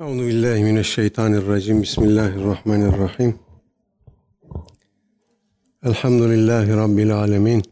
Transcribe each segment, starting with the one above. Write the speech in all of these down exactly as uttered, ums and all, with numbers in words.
Euzubillahimineşşeytanirracim. Bismillahirrahmanirrahim. Elhamdülillahi Rabbil alemin.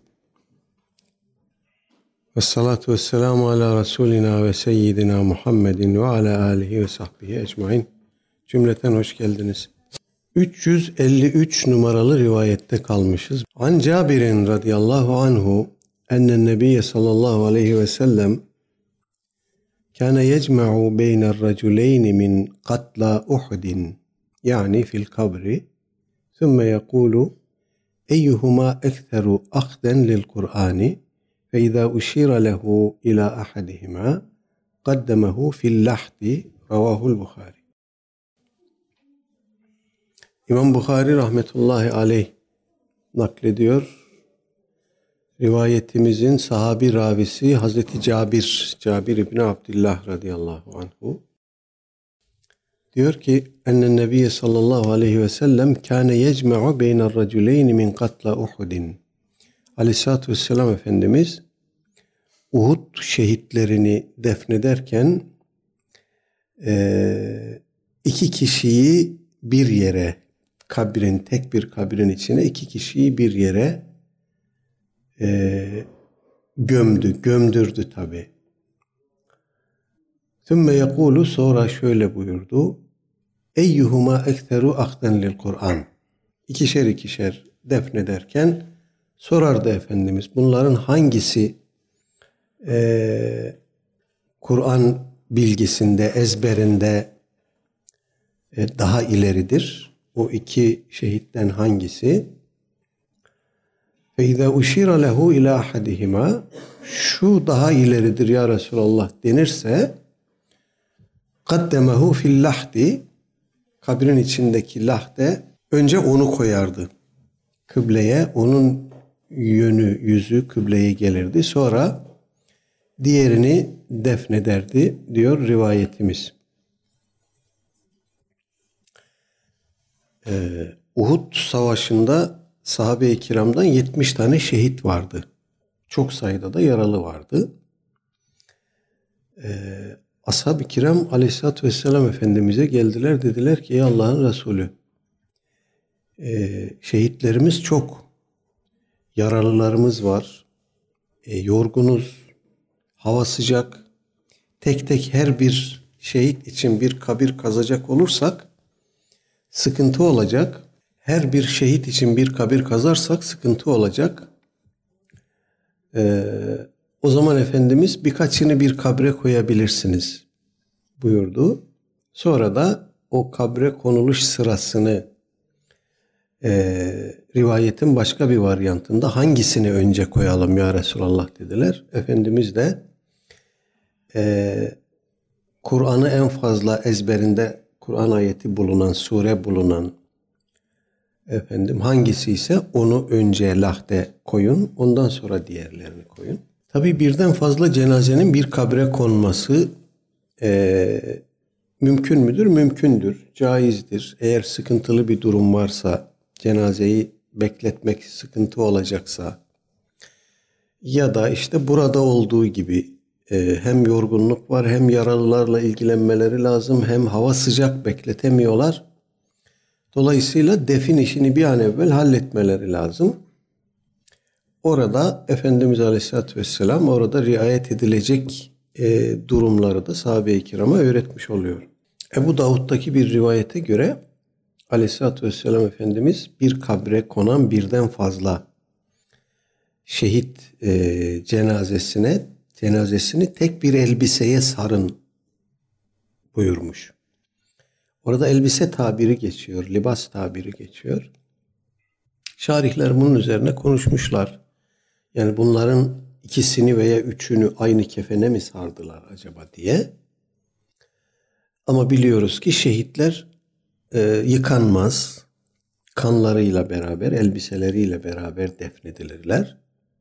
Vessalatu vesselamu ala Resulina ve seyyidina Muhammedin ve ala alihi ve sahbihi ecmain. Cümleten hoş geldiniz. üç yüz elli üç numaralı rivayette kalmışız. An Cabir'in radıyallahu anhu ennen nebiyye sallallahu aleyhi ve sellem kâne yecma'u beyner raculeyni min katla Uhudin yani fil kabri thumme yekulu eyyuhuma ektheru akhden lil Kur'ani fe izâ uşira lehu ila ahadihima kaddemehu fil lahdi ravahul Bukhari. İmam Bukhari rahmetullahi aleyh naklediyor. Rivayetimizin sahabi ravisi Hazreti Cabir, Cabir İbni Abdillah radıyallahu anhu diyor ki ennen nebiyye sallallahu aleyhi ve sellem kâne yecme'u beyner raculeyni min katla Uhudin. Aleyhissalatu vesselam Efendimiz Uhud şehitlerini defnederken e, iki kişiyi bir yere, kabrin, tek bir kabrin içine iki kişiyi bir yere E, gömdü, gömdürdü tabi. Sümme yekulu, sonra şöyle buyurdu. Eyyuhuma ekteru akden lil Kur'an. İkişer ikişer defnederken sorardı Efendimiz, bunların hangisi e, Kur'an bilgisinde, ezberinde e, daha ileridir? O iki şehitten hangisi? Ve izâ uşira lehu ilâ ahadihima, şu daha ileridir ya Resulallah denirse kaddemehu fil lahdi, kabrin içindeki lahde önce onu koyardı kıbleye, onun yönü yüzü kıbleye gelirdi, sonra diğerini defnederdi diyor rivayetimiz. Ee, Uhud savaşında sahabe-i kiramdan yetmiş tane şehit vardı. Çok sayıda da yaralı vardı. Ee, Ashab-ı kiram aleyhissalatü vesselam Efendimiz'e geldiler. Dediler ki ey Allah'ın Resulü, e, şehitlerimiz çok. Yaralılarımız var. E, yorgunuz. Hava sıcak. Tek tek her bir şehit için bir kabir kazacak olursak sıkıntı olacak. Her bir şehit için bir kabir kazarsak sıkıntı olacak. Ee, o zaman Efendimiz birkaçını bir kabre koyabilirsiniz buyurdu. Sonra da o kabre konuluş sırasını e, rivayetin başka bir varyantında hangisini önce koyalım ya Resulallah dediler. Efendimiz de e, Kur'an'ı en fazla ezberinde Kur'an ayeti bulunan, sure bulunan efendim hangisi ise onu önce lahde koyun, ondan sonra diğerlerini koyun. Tabii birden fazla cenazenin bir kabre konması e, mümkün müdür? Mümkündür, caizdir. Eğer sıkıntılı bir durum varsa, cenazeyi bekletmek sıkıntı olacaksa ya da işte burada olduğu gibi e, hem yorgunluk var, hem yaralılarla ilgilenmeleri lazım, hem hava sıcak, bekletemiyorlar. Dolayısıyla defin işini bir an evvel halletmeleri lazım. Orada Efendimiz Aleyhisselatü Vesselam orada riayet edilecek e, durumları da sahabe-i kirama öğretmiş oluyor. Ebu Davud'daki bir rivayete göre Aleyhisselatü Vesselam Efendimiz bir kabre konan birden fazla şehit e, cenazesine cenazesini tek bir elbiseye sarın buyurmuş. Orada elbise tabiri geçiyor, libas tabiri geçiyor. Şarihler bunun üzerine konuşmuşlar. Yani bunların ikisini veya üçünü aynı kefene mi sardılar acaba diye. Ama biliyoruz ki şehitler e, yıkanmaz, kanlarıyla beraber, elbiseleriyle beraber defnedilirler.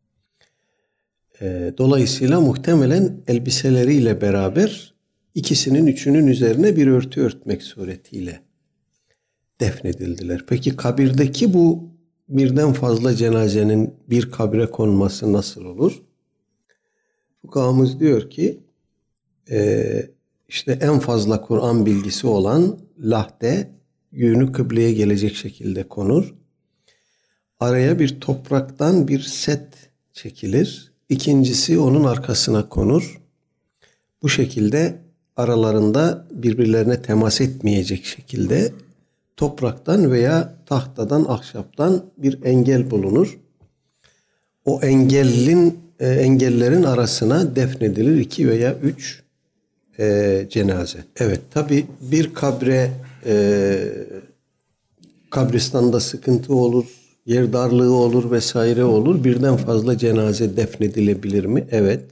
E, dolayısıyla muhtemelen elbiseleriyle beraber İkisinin üçünün üzerine bir örtü örtmek suretiyle defnedildiler. Peki kabirdeki bu birden fazla cenazenin bir kabre konması nasıl olur? Fukahamız diyor ki e, işte en fazla Kur'an bilgisi olan lahde yönü kıbleye gelecek şekilde konur. Araya bir topraktan bir set çekilir. İkincisi onun arkasına konur. Bu şekilde aralarında birbirlerine temas etmeyecek şekilde topraktan veya tahtadan, ahşaptan bir engel bulunur. O engelin e, engellerin arasına defnedilir iki veya üç e, cenaze. Evet, tabi bir kabre e, kabristanda sıkıntı olur, yer darlığı olur vesaire olur. Birden fazla cenaze defnedilebilir mi? Evet.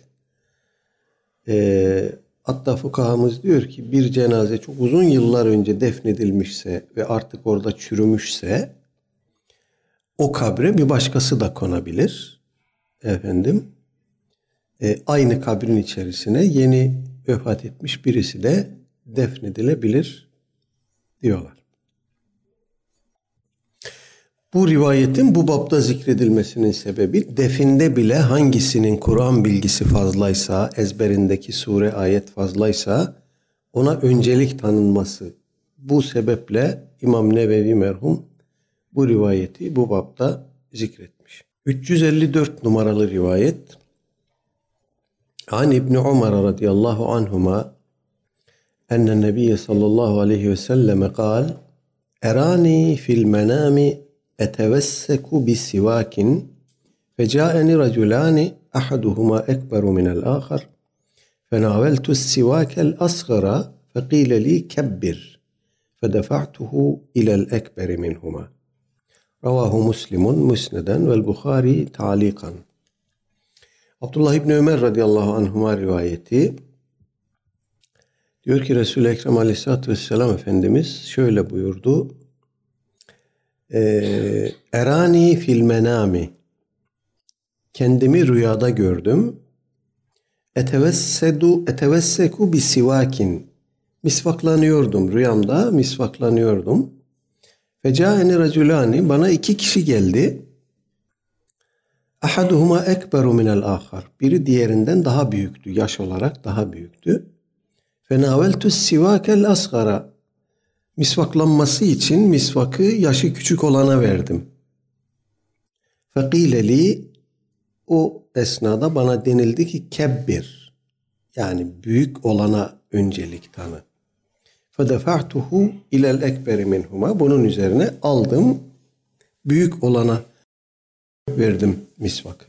E, hatta fukahamız diyor ki bir cenaze çok uzun yıllar önce defnedilmişse ve artık orada çürümüşse o kabre bir başkası da konabilir. Efendim, e, aynı kabrin içerisine yeni vefat etmiş birisi de defnedilebilir diyorlar. Bu rivayetin bu bapta zikredilmesinin sebebi definde bile hangisinin Kur'an bilgisi fazlaysa, ezberindeki sure ayet fazlaysa ona öncelik tanınması. Bu sebeple İmam Nevevi merhum bu rivayeti bu bapta zikretmiş. üç yüz elli dört numaralı rivayet. An İbn Ömer radıyallahu anhuma enne Nebiye sallallahu aleyhi ve selleme kal erani fil menami etevesseku bisivakin feca'eni raculani ahaduhuma ekberu minel ahar fenaveltu sivakel asgara fekile li kebbir fedefa'tuhu ilel ekberi minhuma. Ravahu Muslimun müsneden vel Bukhari talikan. Abdullah İbni Ömer radıyallahu anhuma rivayeti diyor ki Resul-i Ekrem aleyhissalatü vesselam Efendimiz şöyle buyurdu. Ee, Erani fil menami, kendimi rüyada gördüm. Etevessedu etevesseku bi sivakin, misvaklanıyordum rüyamda, misvaklanıyordum. Fecaeni raculani, bana iki kişi geldi. Ahaduhuma ekberu minel ahar, biri diğerinden daha büyüktü, yaş olarak daha büyüktü. Fenaveltu sivakel asgara, misvaklanması için misvakı yaşı küçük olana verdim. Fekile li, o esnada bana denildi ki kebbir, yani büyük olana öncelik tanı. Fedefa'tuhu ilel ekberi minhuma, bunun üzerine aldım, büyük olana verdim misvak.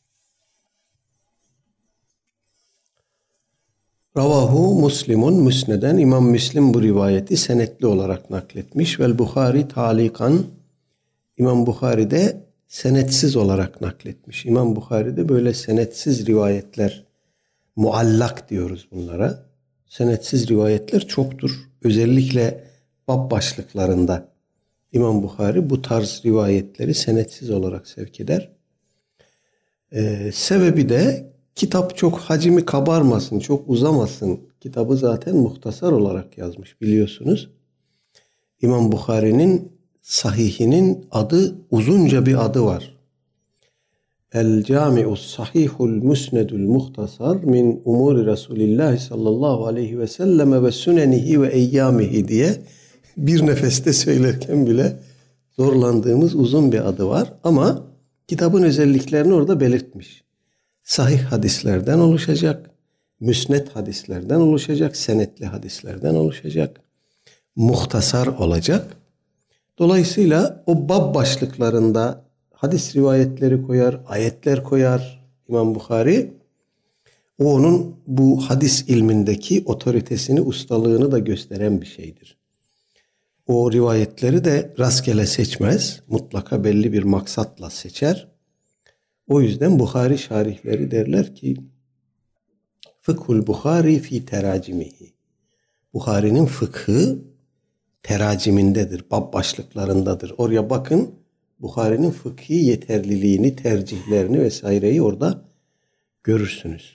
Ravahu Muslimun müsneden, İmam Müslim bu rivayeti senetli olarak nakletmiş. Vel Bukhari talikan, İmam Bukhari de senetsiz olarak nakletmiş. İmam Bukhari'de böyle senetsiz rivayetler, muallak diyoruz bunlara. Senetsiz rivayetler çoktur. Özellikle bab başlıklarında İmam Bukhari bu tarz rivayetleri senetsiz olarak sevk eder. Ee, sebebi de kitap çok hacmi kabarmasın, çok uzamasın. Kitabı zaten muhtasar olarak yazmış biliyorsunuz. İmam Bukhari'nin sahihinin adı, uzunca bir adı var. El Cami'us Sahihul Musnedul Muhtasar min umuri Resulillah sallallahu aleyhi ve selleme ve sünenihi ve eyyamihi diye bir nefeste söylerken bile zorlandığımız uzun bir adı var. Ama kitabın özelliklerini orada belirtmiş. Sahih hadislerden oluşacak, müsned hadislerden oluşacak, senetli hadislerden oluşacak, muhtasar olacak. Dolayısıyla o bab başlıklarında hadis rivayetleri koyar, ayetler koyar İmam Bukhari. O onun bu hadis ilmindeki otoritesini, ustalığını da gösteren bir şeydir. O rivayetleri de rastgele seçmez, mutlaka belli bir maksatla seçer. O yüzden Bukhari şarihleri derler ki Fıkhul Bukhari fi teracimihi. Bukhari'nin fıkhı teracimindedir, bab başlıklarındadır. Oraya bakın, Bukhari'nin fıkhi yeterliliğini, tercihlerini vesaireyi orada görürsünüz.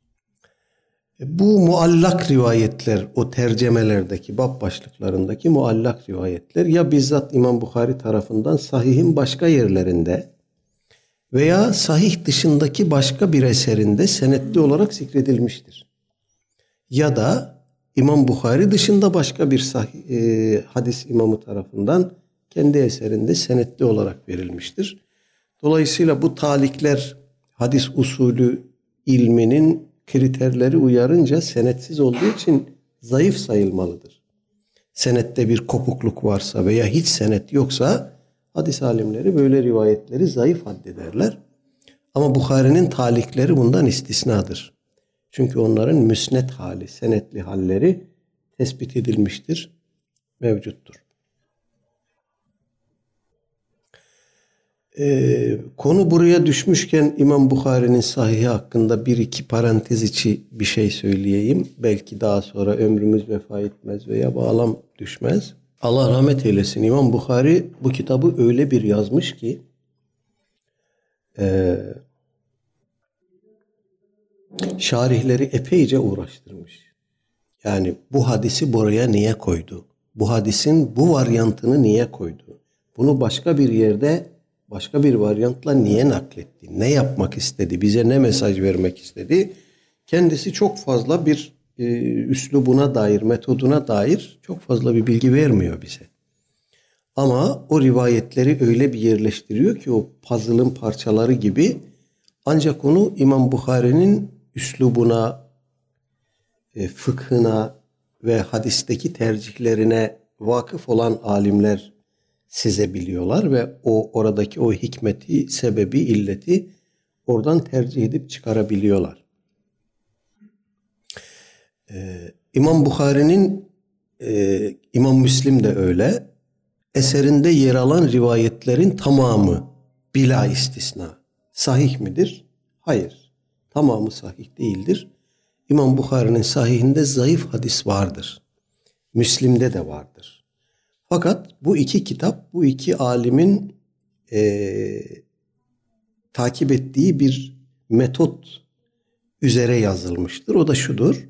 Bu muallak rivayetler, o tercemelerdeki, bab başlıklarındaki muallak rivayetler ya bizzat İmam Bukhari tarafından sahihin başka yerlerinde veya sahih dışındaki başka bir eserinde senetli olarak zikredilmiştir. Ya da İmam Bukhari dışında başka bir sahih, e, hadis imamı tarafından kendi eserinde senetli olarak verilmiştir. Dolayısıyla bu talikler hadis usulü ilminin kriterleri uyarınca senetsiz olduğu için zayıf sayılmalıdır. Senette bir kopukluk varsa veya hiç senet yoksa hadis alimleri böyle rivayetleri zayıf addederler. Ama Bukhari'nin talikleri bundan istisnadır. Çünkü onların müsnet hali, senetli halleri tespit edilmiştir, mevcuttur. Ee, konu buraya düşmüşken İmam Bukhari'nin sahihi hakkında bir iki parantez içi bir şey söyleyeyim. Belki daha sonra ömrümüz vefa etmez veya bağlam düşmez. Allah rahmet eylesin. İmam Bukhari bu kitabı öyle bir yazmış ki e, şarihleri epeyce uğraştırmış. Yani bu hadisi buraya niye koydu? Bu hadisin bu varyantını niye koydu? Bunu başka bir yerde başka bir varyantla niye nakletti? Ne yapmak istedi? Bize ne mesaj vermek istedi? Kendisi çok fazla bir e, üslubuna dair, metoduna dair çok fazla bir bilgi vermiyor bize. Ama o rivayetleri öyle bir yerleştiriyor ki o puzzle'ın parçaları gibi, ancak onu İmam Bukhari'nin üslubuna, e, fıkhına ve hadisteki tercihlerine vakıf olan alimler sezebiliyorlar ve o oradaki o hikmeti, sebebi, illeti oradan tercih edip çıkarabiliyorlar. Ee, İmam Bukhari'nin, e, İmam Müslim de öyle, eserinde yer alan rivayetlerin tamamı bila istisna sahih midir? Hayır. Tamamı sahih değildir. İmam Bukhari'nin sahihinde zayıf hadis vardır. Müslim'de de vardır. Fakat bu iki kitap, bu iki alimin e, takip ettiği bir metot üzere yazılmıştır. O da şudur: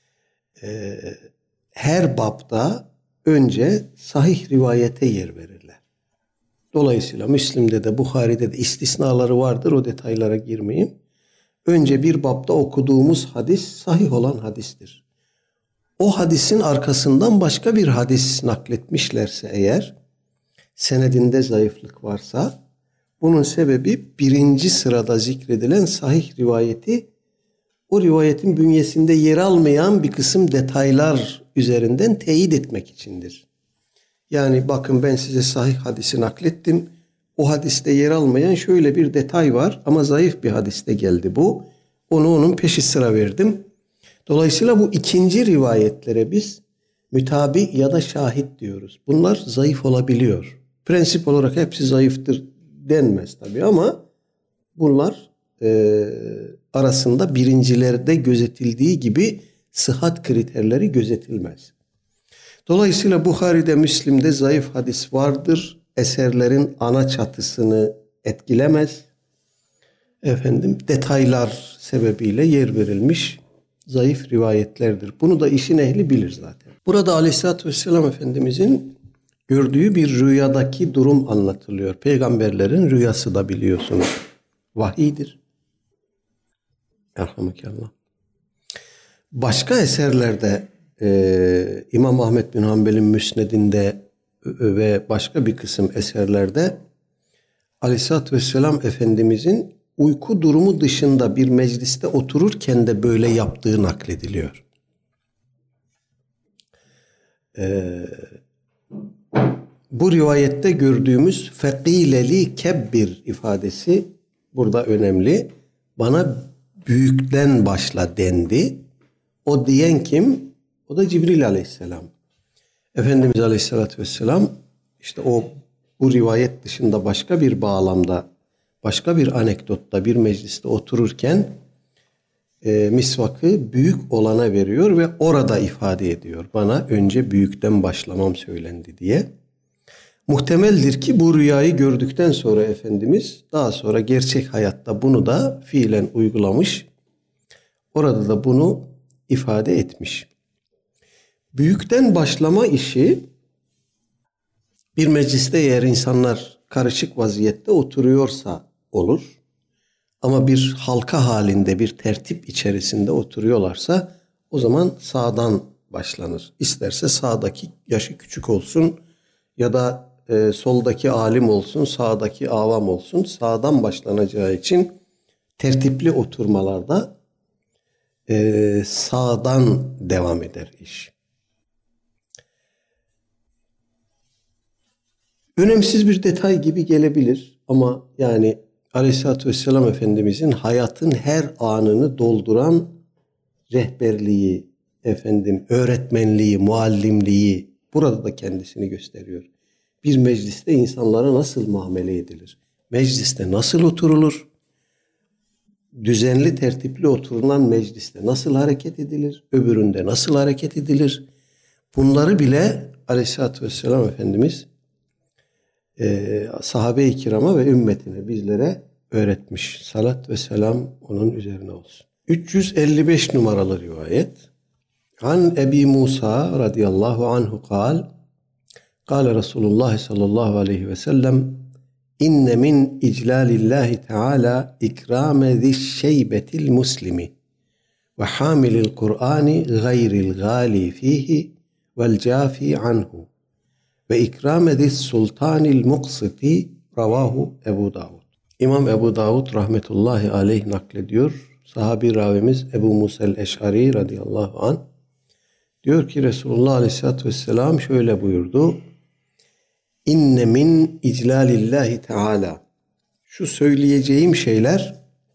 e, her babda önce sahih rivayete yer verirler. Dolayısıyla Müslim'de de Bukhari'de de istisnaları vardır. O detaylara girmeyeyim. Önce bir babda okuduğumuz hadis sahih olan hadistir. O hadisin arkasından başka bir hadis nakletmişlerse eğer, senedinde zayıflık varsa, bunun sebebi birinci sırada zikredilen sahih rivayeti, o rivayetin bünyesinde yer almayan bir kısım detaylar üzerinden teyit etmek içindir. Yani bakın, ben size sahih hadisi naklettim. O hadiste yer almayan şöyle bir detay var ama zayıf bir hadiste geldi bu. Onu onun peşi sıra verdim. Dolayısıyla bu ikinci rivayetlere biz mütabi ya da şahit diyoruz. Bunlar zayıf olabiliyor. Prensip olarak hepsi zayıftır denmez tabii ama bunlar e, arasında birincilerde gözetildiği gibi sıhhat kriterleri gözetilmez. Dolayısıyla Bukhari'de, Müslim'de zayıf hadis vardır. Eserlerin ana çatısını etkilemez. Efendim, detaylar sebebiyle yer verilmiş zayıf rivayetlerdir. Bunu da işin ehli bilir zaten. Burada Aleyhisselatü Vesselam Efendimizin gördüğü bir rüyadaki durum anlatılıyor. Peygamberlerin rüyası da biliyorsunuz vahiydir. Elhamdülillah. Başka eserlerde e, İmam Ahmed bin Hanbel'in Müsned'inde ve başka bir kısım eserlerde Aleyhisselatü Vesselam Efendimizin uyku durumu dışında bir mecliste otururken de böyle yaptığı naklediliyor. Ee, bu rivayette gördüğümüz fekileli kebbir ifadesi burada önemli. Bana büyükten başla dendi. O diyen kim? O da Cibril Aleyhisselam. Efendimiz Aleyhisselatü Vesselam işte o bu rivayet dışında başka bir bağlamda, başka bir anekdotta bir mecliste otururken e, misvakı büyük olana veriyor ve orada ifade ediyor. Bana önce büyükten başlamam söylendi diye. Muhtemeldir ki bu rüyayı gördükten sonra Efendimiz daha sonra gerçek hayatta bunu da fiilen uygulamış. Orada da bunu ifade etmiş. Büyükten başlama işi, bir mecliste eğer insanlar karışık vaziyette oturuyorsa olur. Ama bir halka halinde, bir tertip içerisinde oturuyorlarsa o zaman sağdan başlanır. İsterse sağdaki yaşı küçük olsun ya da e, soldaki alim olsun, sağdaki avam olsun. Sağdan başlanacağı için tertipli oturmalarda e, sağdan devam eder iş. Önemsiz bir detay gibi gelebilir ama yani Aleyhisselatü Vesselam Efendimizin hayatın her anını dolduran rehberliği, efendim öğretmenliği, muallimliği burada da kendisini gösteriyor. Bir mecliste insanlara nasıl muamele edilir? Mecliste nasıl oturulur? Düzenli, tertipli oturulan mecliste nasıl hareket edilir? Öbüründe nasıl hareket edilir? Bunları bile Aleyhisselatü Vesselam Efendimiz e, sahabe-i kirama ve ümmetine, bizlere öğretmiş. Salat ve selam onun üzerine olsun. üç yüz elli beş numaralı rivayet. An Ebi Musa radıyallahu anhu kal, kâle Resulullah sallallahu aleyhi ve sellem, inne min iclalillahi teâlâ ikrâme zişşeybetil muslimi ve hamilil Kur'ani gayril gâli fihi vel câfi anhu ve ikrâme zis sultanil muqsiti ravahu Ebu Davud. İmam Ebu Davud rahmetullahi aleyh naklediyor. Sahabi ravimiz Ebu Musa'l Eş'ari radıyallahu anh diyor ki Resulullah aleyhissalatü vesselam şöyle buyurdu. İnne min iclalillahi teala. Şu söyleyeceğim şeyler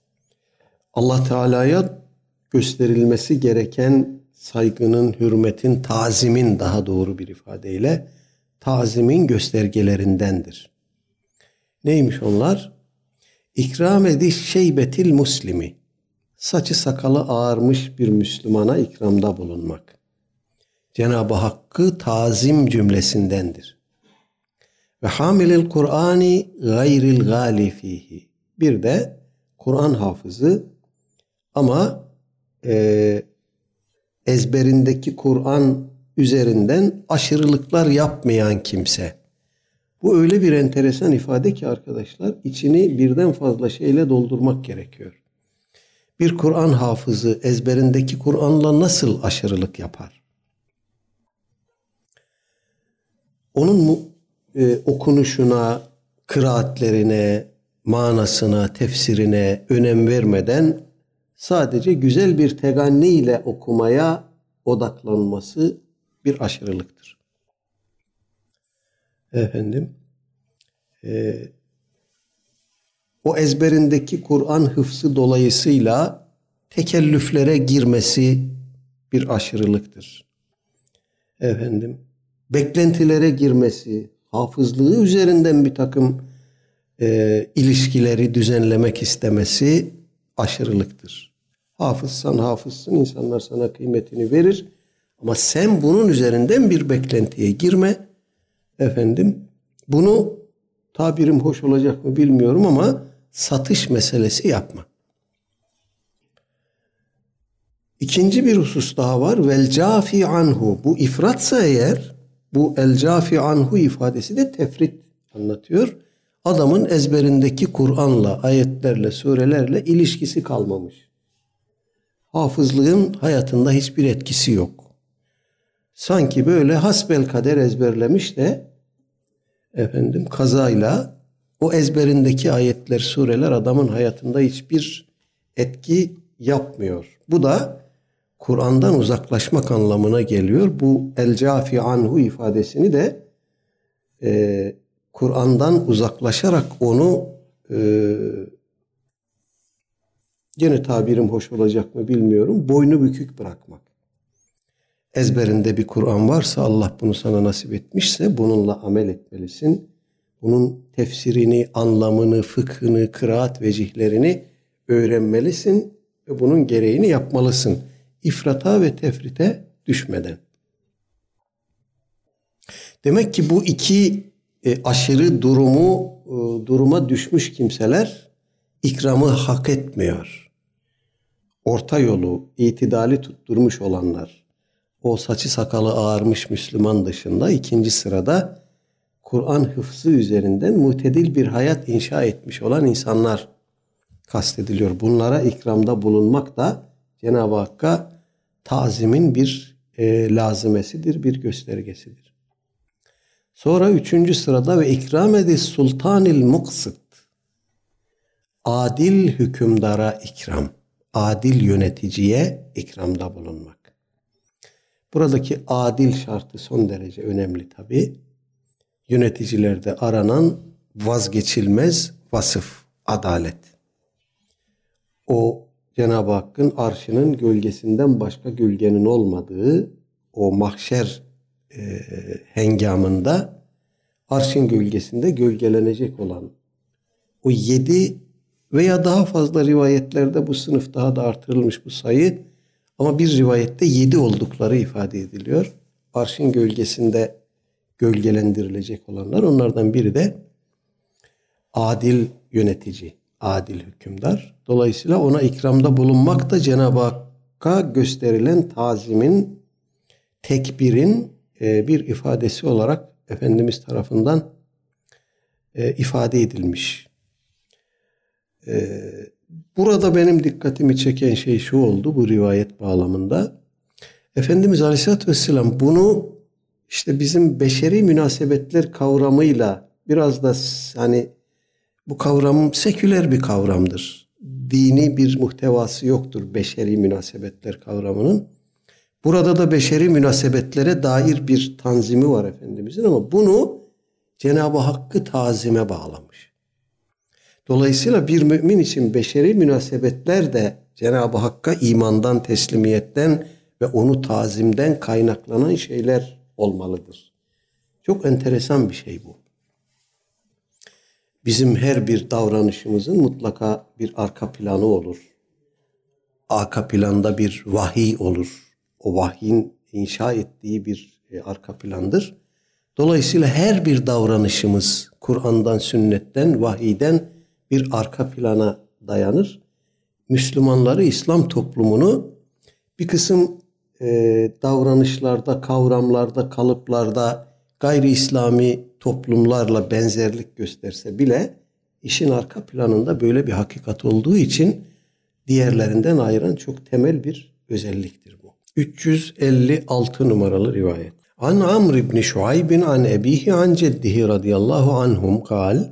Allah Teala'ya gösterilmesi gereken saygının, hürmetin, tazimin, daha doğru bir ifadeyle tazimin göstergelerindendir. Neymiş onlar? İkram ediş şeybetil muslimi. Saçı sakalı ağarmış bir Müslümana ikramda bulunmak. Cenab-ı Hakk'ı tazim cümlesindendir. Ve hamilil Kur'ani gayril gali fihi. Bir de Kur'an hafızı ama e, ezberindeki Kur'an üzerinden aşırılıklar yapmayan kimse. Bu öyle bir enteresan ifade ki arkadaşlar, içini birden fazla şeyle doldurmak gerekiyor. Bir Kur'an hafızı ezberindeki Kur'an'la nasıl aşırılık yapar? Onun e, okunuşuna, kıraatlerine, manasına, tefsirine önem vermeden sadece güzel bir teganni ile okumaya odaklanması bir aşırılıktır. Efendim, e, o ezberindeki Kur'an hıfzı dolayısıyla tekellüflere girmesi bir aşırılıktır. Efendim, beklentilere girmesi, hafızlığı üzerinden bir takım e, ilişkileri düzenlemek istemesi aşırılıktır. Hafızsan hafızsın, insanlar sana kıymetini verir ama sen bunun üzerinden bir beklentiye girme. Efendim, bunu tabirim hoş olacak mı bilmiyorum ama satış meselesi yapma. İkinci bir husus daha var. Vel cafi anhu. Bu ifratsa eğer, bu el cafi anhu ifadesi de tefrit anlatıyor. Adamın ezberindeki Kur'an'la, ayetlerle, surelerle ilişkisi kalmamış. Hafızlığın hayatında hiçbir etkisi yok. Sanki böyle hasbelkader ezberlemiş de efendim kazayla o ezberindeki ayetler, sureler adamın hayatında hiçbir etki yapmıyor. Bu da Kur'an'dan uzaklaşmak anlamına geliyor. Bu el cafi anhu ifadesini de e, Kur'an'dan uzaklaşarak onu e, gene tabirim hoş olacak mı bilmiyorum, boynu bükük bırakmak. Ezberinde bir Kur'an varsa, Allah bunu sana nasip etmişse bununla amel etmelisin. Bunun tefsirini, anlamını, fıkhını, kıraat vecihlerini öğrenmelisin ve bunun gereğini yapmalısın. İfrata ve tefrite düşmeden. Demek ki bu iki e, aşırı durumu e, duruma düşmüş kimseler ikramı hak etmiyor. Orta yolu, itidali tutturmuş olanlar, o saçı sakalı ağarmış Müslüman dışında ikinci sırada Kur'an hıfzı üzerinden mutedil bir hayat inşa etmiş olan insanlar kastediliyor. Bunlara ikramda bulunmak da Cenab-ı Hakk'a tazimin bir e, lazımesidir, bir göstergesidir. Sonra üçüncü sırada ve ikram edis sultanil muqsit. Adil hükümdara ikram. Adil yöneticiye ikramda bulunmak. Buradaki adil şartı son derece önemli tabii. Yöneticilerde aranan vazgeçilmez vasıf, adalet. O Cenab-ı Hakk'ın arşının gölgesinden başka gölgenin olmadığı o mahşer e, hengamında arşın gölgesinde gölgelenecek olan o yedi veya daha fazla rivayetlerde bu sınıf daha da artırılmış bu sayı ama bir rivayette yedi oldukları ifade ediliyor. Arşın gölgesinde gölgelendirilecek olanlar, onlardan biri de adil yönetici, adil hükümdar. Dolayısıyla ona ikramda bulunmak da Cenab-ı Hakk'a gösterilen tazimin, tekbirin e, bir ifadesi olarak Efendimiz tarafından e, ifade edilmiş. E, burada benim dikkatimi çeken şey şu oldu bu rivayet bağlamında. Efendimiz Aleyhisselatü Vesselam bunu işte bizim beşeri münasebetler kavramıyla biraz da hani bu kavram seküler bir kavramdır. Dini bir muhtevası yoktur beşeri münasebetler kavramının. Burada da beşeri münasebetlere dair bir tanzimi var Efendimizin ama bunu Cenab-ı Hakk'ı tazime bağlamış. Dolayısıyla bir mümin için beşeri münasebetler de Cenab-ı Hakk'a imandan, teslimiyetten ve onu tazimden kaynaklanan şeyler olmalıdır. Çok enteresan bir şey bu. Bizim her bir davranışımızın mutlaka bir arka planı olur. Arka planda bir vahiy olur. O vahyin inşa ettiği bir e, arka plandır. Dolayısıyla her bir davranışımız Kur'an'dan, sünnetten, vahiyden bir arka plana dayanır. Müslümanları, İslam toplumunu bir kısım e, davranışlarda, kavramlarda, kalıplarda gayri İslami toplumlarla benzerlik gösterse bile işin arka planında böyle bir hakikat olduğu için diğerlerinden ayıran çok temel bir özelliktir bu. üç yüz elli altı numaralı rivayet. An Amr ibn Şuaybin an ebihi an ceddihi radıyallahu anhum kal.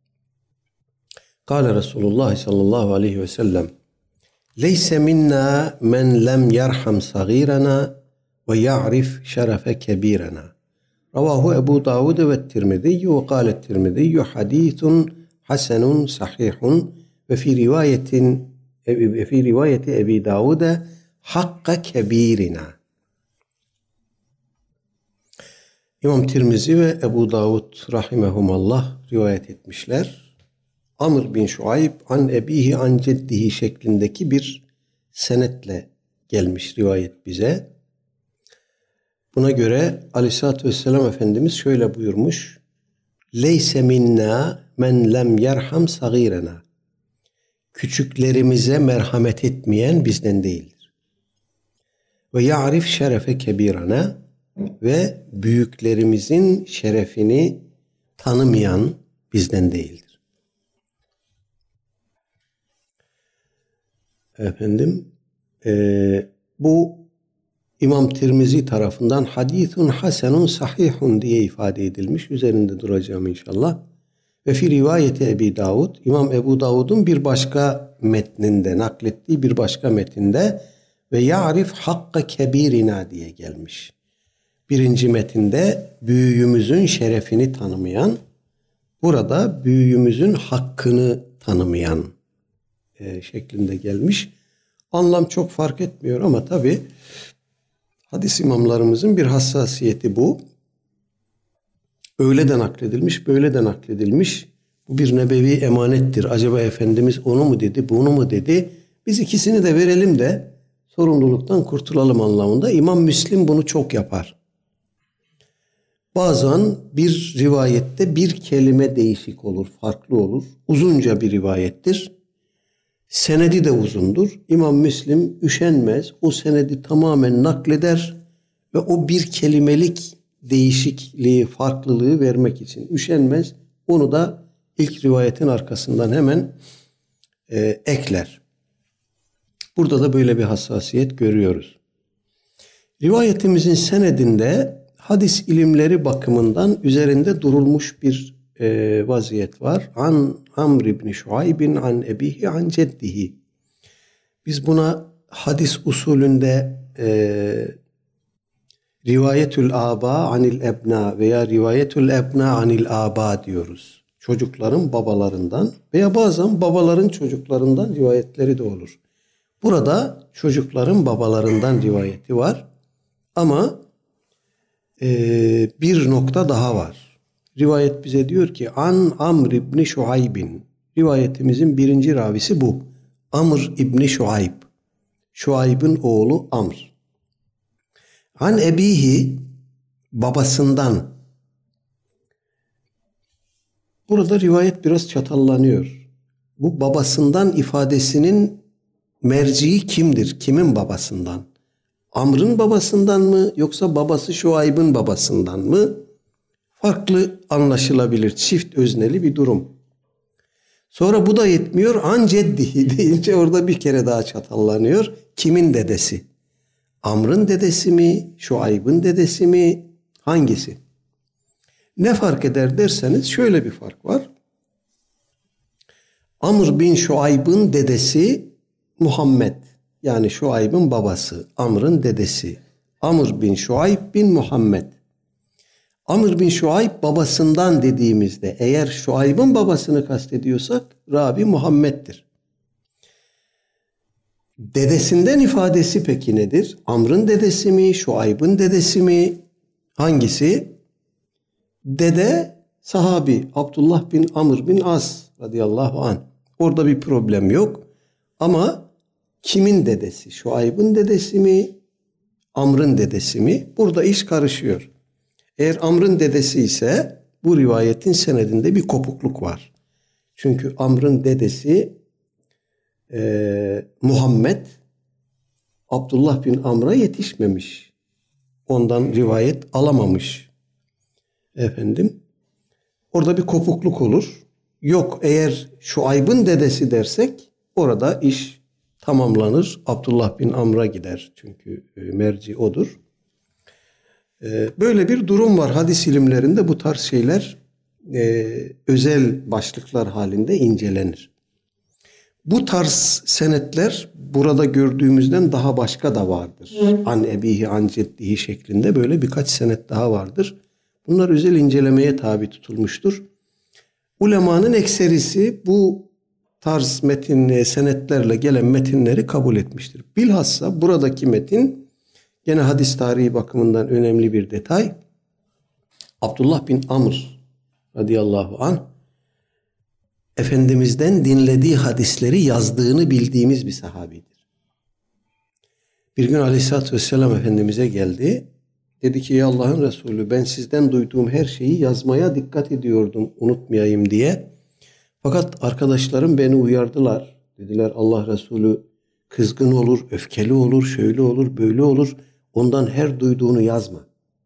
Kale Resulullah sallallahu aleyhi ve sellem leyse minna men lem yerham sagirana ve ya'rif şerefe kebirana. Ravahu Ebu Davud ve Tirmidhi ve kâle Tirmidhi hadîthun hasenun sahihun ve fi rivayetin ve fi rivayeti Ebi Davud'e hakka kebirina. İmam Tirmizi ve Ebu Davud rahimehumallah rivayet etmişler. Amr bin Şuayb an ebihi an ceddihi şeklindeki bir senetle gelmiş rivayet bize. Buna göre Aleyhisselatü Vesselam Efendimiz şöyle buyurmuş. Leyse minna men lem yerham sagirena. Küçüklerimize merhamet etmeyen bizden değildir. Ve ya'rif şerefe kebirana. Ve büyüklerimizin şerefini tanımayan bizden değildir. Efendim, e, bu İmam Tirmizi tarafından hadithun hasenun sahihun diye ifade edilmiş. Üzerinde duracağım inşallah. Ve fi rivayeti Ebi Davud, İmam Ebu Davud'un bir başka metninde, naklettiği bir başka metinde ve ya'rif hakka kebirina diye gelmiş. Birinci metinde büyüğümüzün şerefini tanımayan, burada büyüğümüzün hakkını tanımayan e, şeklinde gelmiş. Anlam çok fark etmiyor ama tabii hadis imamlarımızın bir hassasiyeti bu. Öyle de nakledilmiş, böyle de nakledilmiş. Bu bir nebevi emanettir. Acaba Efendimiz onu mu dedi, bunu mu dedi? Biz ikisini de verelim de sorumluluktan kurtulalım anlamında. İmam Müslim bunu çok yapar. Bazen bir rivayette bir kelime değişik olur, farklı olur. Uzunca bir rivayettir. Senedi de uzundur. İmam Müslim üşenmez. O senedi tamamen nakleder ve o bir kelimelik değişikliği, farklılığı vermek için üşenmez. Onu da ilk rivayetin arkasından hemen e, ekler. Burada da böyle bir hassasiyet görüyoruz. Rivayetimizin senedinde hadis ilimleri bakımından üzerinde durulmuş bir e, vaziyet var. An Amr ibn Şuaybin an ebihi an ceddihi. Biz buna hadis usulünde e, rivayetül aba anil ebna veya rivayetül ebna anil aba diyoruz. Çocukların babalarından veya bazen babaların çocuklarından rivayetleri de olur. Burada çocukların babalarından rivayeti var. Ama e, bir nokta daha var. Rivayet bize diyor ki An Amr ibn Şuaybin. Rivayetimizin birinci ravisi bu. Amr ibn Şuayb. Şuayb'ın oğlu Amr. An ebihi, babasından. Burada rivayet biraz çatallanıyor. Bu babasından ifadesinin merciği kimdir? Kimin babasından? Amr'ın babasından mı yoksa babası Şuayb'ın babasından mı? Farklı anlaşılabilir. Çift özneli bir durum. Sonra bu da yetmiyor. An ceddihi deyince orada bir kere daha çatallanıyor. Kimin dedesi? Amr'ın dedesi mi? Şuayb'ın dedesi mi? Hangisi? Ne fark eder derseniz şöyle bir fark var. Amr bin Şuayb'ın dedesi Muhammed. Yani Şuayb'ın babası. Amr'ın dedesi. Amr bin Şuayb bin Muhammed. Amr bin Şuayb babasından dediğimizde eğer Şuayb'ın babasını kastediyorsak Rabi Muhammed'dir. Dedesinden ifadesi peki nedir? Amr'ın dedesi mi? Şuayb'ın dedesi mi? Hangisi? Dede sahabi Abdullah bin Amr bin As radıyallahu anh. Orada bir problem yok. Ama kimin dedesi? Şuayb'ın dedesi mi? Amr'ın dedesi mi? Burada iş karışıyor. Eğer Amr'ın dedesi ise bu rivayetin senedinde bir kopukluk var. Çünkü Amr'ın dedesi e, Muhammed Abdullah bin Amr'a yetişmemiş. Ondan rivayet alamamış. Efendim, orada bir kopukluk olur. Yok, eğer Şuayb'ın dedesi dersek orada iş tamamlanır. Abdullah bin Amr'a gider. Çünkü merci odur. Böyle bir durum var. Hadis ilimlerinde bu tarz şeyler e, özel başlıklar halinde incelenir. Bu tarz senetler burada gördüğümüzden daha başka da vardır. An ebihi an ceddihi şeklinde böyle birkaç senet daha vardır. Bunlar özel incelemeye tabi tutulmuştur. Ulemanın ekserisi bu tarz metin senetlerle gelen metinleri kabul etmiştir. Bilhassa buradaki metin gene hadis tarihi bakımından önemli bir detay. Abdullah bin Amr radıyallahu anh Efendimiz'den dinlediği hadisleri yazdığını bildiğimiz bir sahabidir. Bir gün Aleyhisselatü Vesselam Efendimiz'e geldi. Dedi ki, ya Allah'ın Resulü, ben sizden duyduğum her şeyi yazmaya dikkat ediyordum unutmayayım diye. Fakat arkadaşlarım beni uyardılar. Dediler, Allah Resulü kızgın olur, öfkeli olur, şöyle olur, böyle olur. Ondan her duyduğunu yazma.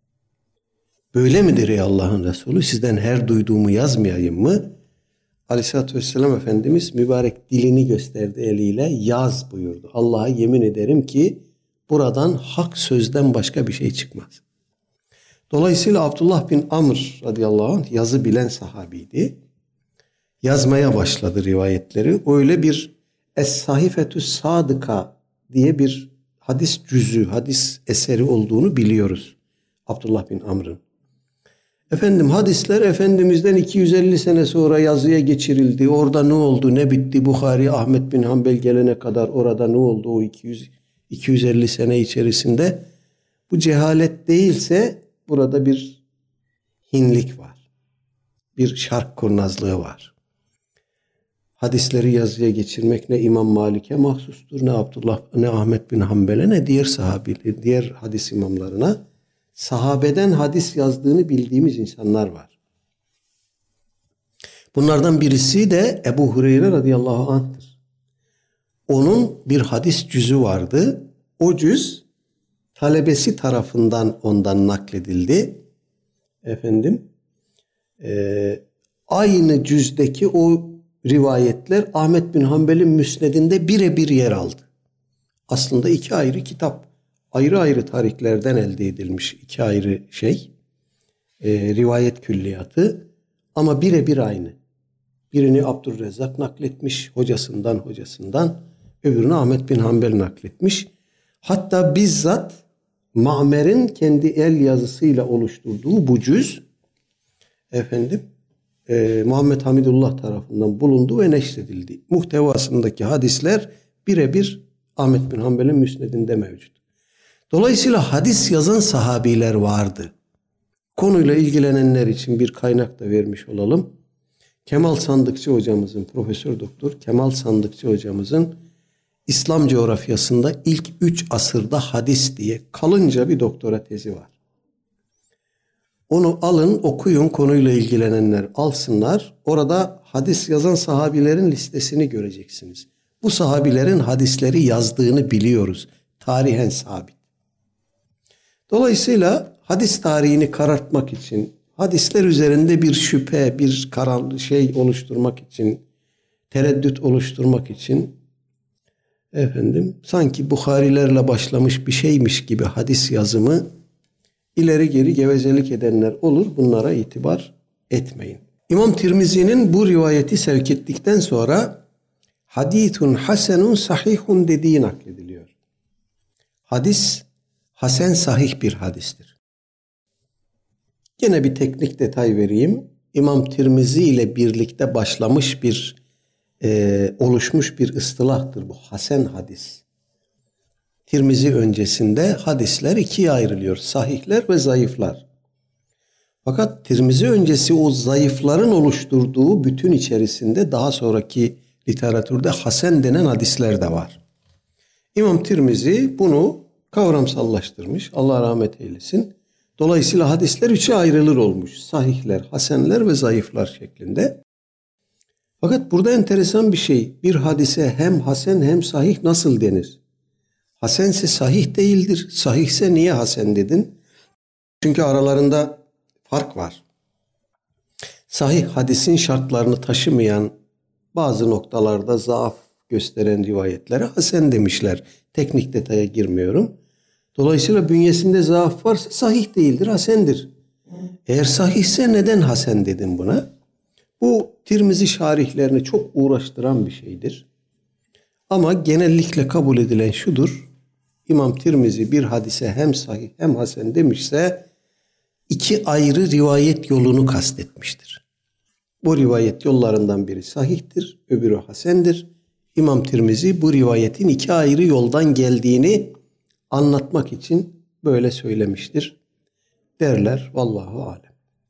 Böyle midir ey Allah'ın Resulü? Sizden her duyduğumu yazmayayım mı? Aleyhisselatü Vesselam Efendimiz mübarek dilini gösterdi eliyle, yaz buyurdu. Allah'a yemin ederim ki buradan hak sözden başka bir şey çıkmaz. Dolayısıyla Abdullah bin Amr radıyallahu anh yazı bilen sahabiydi. Yazmaya başladı rivayetleri. Öyle bir Es-Sahifetü Sadıka diye bir hadis cüzü, hadis eseri olduğunu biliyoruz Abdullah bin Amr'ın. Efendim hadisler Efendimiz'den iki yüz elli sene sonra yazıya geçirildi. Orada ne oldu, ne bitti? Buhari, Ahmet bin Hanbel gelene kadar orada ne oldu o iki yüz iki yüz elli sene içerisinde? Bu cehalet değilse burada bir hinlik var. Bir şark kurnazlığı var. Hadisleri yazıya geçirmek ne İmam Malik'e mahsustur, ne Abdullah, ne Ahmet bin Hanbel'e, ne diğer sahabi, diğer hadis imamlarına. Sahabeden hadis yazdığını bildiğimiz insanlar var. Bunlardan birisi de Ebu Hureyre radıyallahu anh'tır. Onun bir hadis cüzü vardı. O cüz talebesi tarafından ondan nakledildi. Efendim, e, aynı cüzdeki o rivayetler Ahmet bin Hanbel'in müsnedinde birebir yer aldı. Aslında iki ayrı kitap. ayrı ayrı tariklerden elde edilmiş iki ayrı şey. E, rivayet külliyatı ama birebir aynı. Birini Abdurrezzak nakletmiş hocasından hocasından, öbürünü Ahmet bin Hanbel nakletmiş. Hatta bizzat Ma'mer'in kendi el yazısıyla oluşturduğu bu cüz efendim e, Muhammed Hamidullah tarafından bulundu ve neşredildi. Muhtevasındaki hadisler birebir Ahmet bin Hanbel'in müsnedinde mevcut. Dolayısıyla hadis yazan sahabiler vardı. Konuyla ilgilenenler için bir kaynak da vermiş olalım. Kemal Sandıkçı hocamızın, Profesör Doktor Kemal Sandıkçı hocamızın İslam coğrafyasında ilk üç asırda hadis diye kalınca bir doktora tezi var. Onu alın, okuyun, konuyla ilgilenenler alsınlar. Orada hadis yazan sahabilerin listesini göreceksiniz. Bu sahabilerin hadisleri yazdığını biliyoruz. Tarihen sabit. Dolayısıyla hadis tarihini karartmak için, hadisler üzerinde bir şüphe, bir karanlık şey oluşturmak için, tereddüt oluşturmak için efendim sanki Buharilerle başlamış bir şeymiş gibi hadis yazımı ileri geri gevezelik edenler olur. Bunlara itibar etmeyin. İmam Tirmizi'nin bu rivayeti sevk ettikten sonra hadithun hasenun sahihun dediği naklediliyor. Hadis hasen sahih bir hadistir. Yine bir teknik detay vereyim. İmam Tirmizi ile birlikte başlamış bir e, oluşmuş bir ıstılahtır bu hasen hadis. Tirmizi öncesinde hadisler ikiye ayrılıyor. Sahihler ve zayıflar. Fakat Tirmizi öncesi o zayıfların oluşturduğu bütün içerisinde daha sonraki literatürde hasen denen hadisler de var. İmam Tirmizi bunu kavramsallaştırmış. Allah rahmet eylesin. Dolayısıyla hadisler üçe ayrılır olmuş. Sahihler, hasenler ve zayıflar şeklinde. Fakat burada enteresan bir şey. Bir hadise hem hasen hem sahih nasıl denir? Hasense sahih değildir. Sahihse niye hasen dedin? Çünkü aralarında fark var. Sahih hadisin şartlarını taşımayan bazı noktalarda zaaf gösteren rivayetlere hasen demişler. Teknik detaya girmiyorum. Dolayısıyla bünyesinde zaaf varsa sahih değildir, hasendir. Eğer sahihse neden hasen dedin buna? Bu Tirmizi şarihlerini çok uğraştıran bir şeydir. Ama genellikle kabul edilen şudur. İmam Tirmizi bir hadise hem sahih hem hasen demişse iki ayrı rivayet yolunu kastetmiştir. Bu rivayet yollarından biri sahihtir, öbürü hasendir. İmam Tirmizi bu rivayetin iki ayrı yoldan geldiğini anlatmak için böyle söylemiştir derler. Vallahu alem.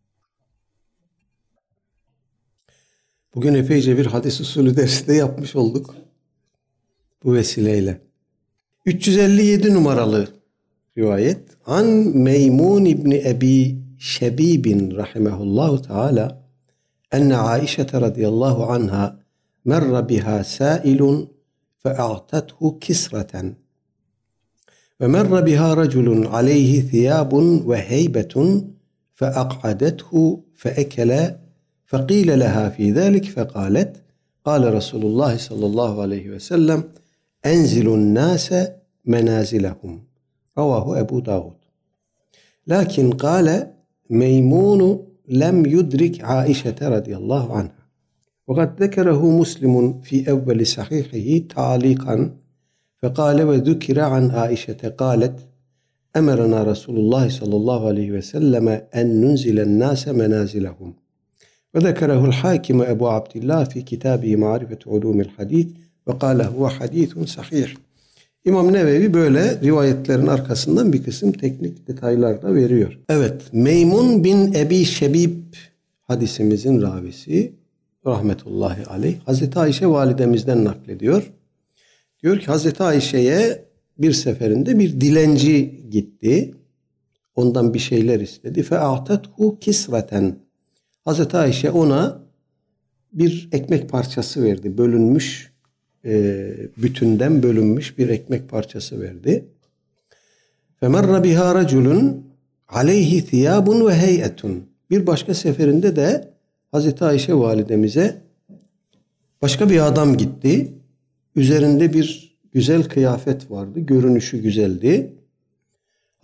Bugün epeyce bir hadis usulü dersi de yapmış olduk bu vesileyle. üç yüz elli yedi numaralı rivayet. An Meymun İbni Ebi Şebibin rahimehullahu teala enne Aişe radıyallahu anha merra biha sâilun fe'a'tethu kisreten ve merra biha raculun aleyhi thiyabun ve heybetun fe'aq'adethu fe'ekele فقيل لها في ذلك فقالت قال رسول الله صلى الله عليه وسلم أنزلوا الناس منازلهم رواه أبو داود لكن قال ميمون لم يدرك عائشة رضي الله عنها وقد ذكره مسلم في أول صحيحه تعليقا فقال وذكر عن عائشة قالت أمرنا رسول الله صلى الله عليه وسلم أن ننزل الناس منازلهم وذكره الحاكم أبو عبد الله في كتابه معرفة علوم الحديث وقال هو حديث صحيح. İmam Nevevi böyle rivayetlerin arkasından bir kısım teknik detaylar da veriyor. Evet, Meymun bin Ebi Şebib hadisimizin ravisi rahmetullahi aleyh Hazreti Ayşe validemizden naklediyor. Diyor ki Hazreti Ayşe'ye bir seferinde bir dilenci gitti. Ondan bir şeyler istedi. Fe'a'tethu kisreten. Hazreti Ayşe ona bir ekmek parçası verdi. Bölünmüş, e, bütünden bölünmüş bir ekmek parçası verdi. فَمَرَّ بِهَا رَجُلٌ عَلَيْهِ ثِيَابٌ وَهَيْئَةٌ. Bir başka seferinde de Hazreti Ayşe validemize başka bir adam gitti. Üzerinde bir güzel kıyafet vardı. Görünüşü güzeldi.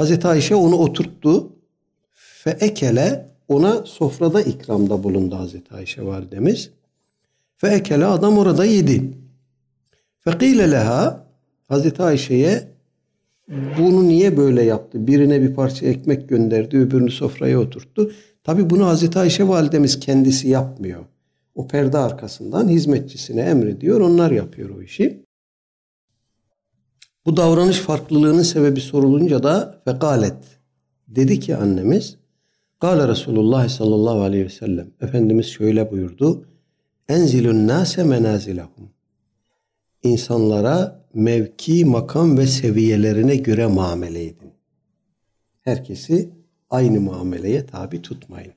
Hazreti Ayşe onu oturttu. Fe ekele, ona sofrada ikramda bulundu Hazreti Ayşe validemiz. Fe ekele, adam orada yedi. Fe kîle leha, Hazreti Ayşe'ye bunu niye böyle yaptı? Birine bir parça ekmek gönderdi, öbürünü sofraya oturttu. Tabi bunu Hazreti Ayşe validemiz kendisi yapmıyor. O perde arkasından hizmetçisine emrediyor, onlar yapıyor o işi. Bu davranış farklılığının sebebi sorulunca da fekalet, dedi ki annemiz, Kâle Resulullah sallallahu aleyhi ve sellem, Efendimiz şöyle buyurdu, enzilun nâse menâzilahum, İnsanlara mevki, makam ve seviyelerine göre muamele edin. Herkesi aynı muameleye tabi tutmayın.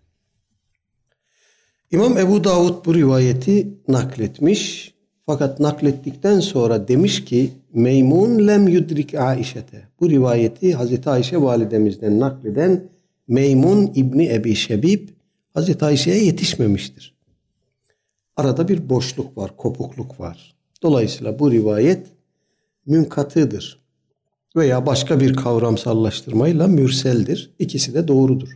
İmam Ebu Davud bu rivayeti nakletmiş. Fakat naklettikten sonra demiş ki Meymun lem yudrik Aişete. Bu rivayeti Hazreti Ayşe validemizden nakleden Meymun İbni Ebi Şebib Hazreti Ayşe'ye yetişmemiştir. Arada bir boşluk var, kopukluk var. Dolayısıyla bu rivayet münkatıdır veya başka bir kavramsallaştırmayla mürseldir. İkisi de doğrudur.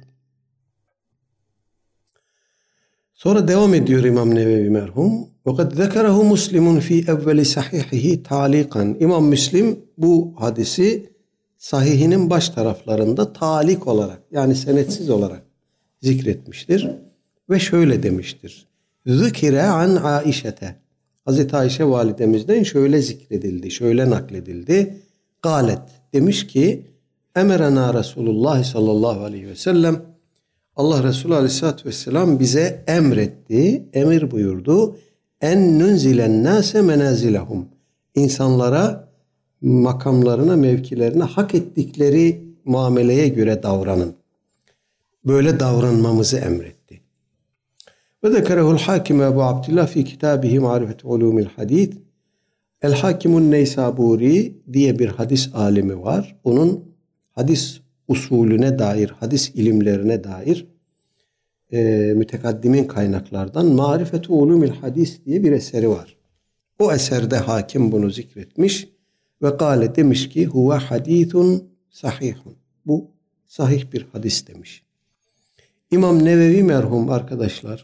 Sonra devam ediyor İmam Nevevi merhum. وَقَدْ ذَكَرَهُ مُسْلِمٌ فِي اَوَّلِ سَحِيحِهِ تَعْلِيقًا. İmam Müslim bu hadisi sahihinin baş taraflarında talik olarak, yani senetsiz olarak zikretmiştir. Ve şöyle demiştir. ذُكِرَ عَنْ عَائِشَةَ. Hazreti Ayşe validemizden şöyle zikredildi, şöyle nakledildi. Galet, demiş ki emerena Resulullah sallallahu aleyhi ve sellem, Allah Resulü aleyhissalatü vesselam bize emretti, emir buyurdu. En nunzilen nase menazilahum. İnsanlara makamlarına, mevkilerine hak ettikleri muameleye göre davranın. Böyle davranmamızı emretti. Ve zekerehul hakim Ebu Abdillah fi kitabihi Marifetu Ulumil Hadis. El Hakimun Neysaburi diye bir hadis alimi var. Onun hadis usulüne dair, hadis ilimlerine dair e, mütekaddimin kaynaklardan Marifetu Ulumil Hadis diye bir eseri var. O eserde hakim bunu zikretmiş ve kâle, demiş ki huve hadithun sahihun. Bu sahih bir hadis demiş. İmam Nevevi merhum arkadaşlar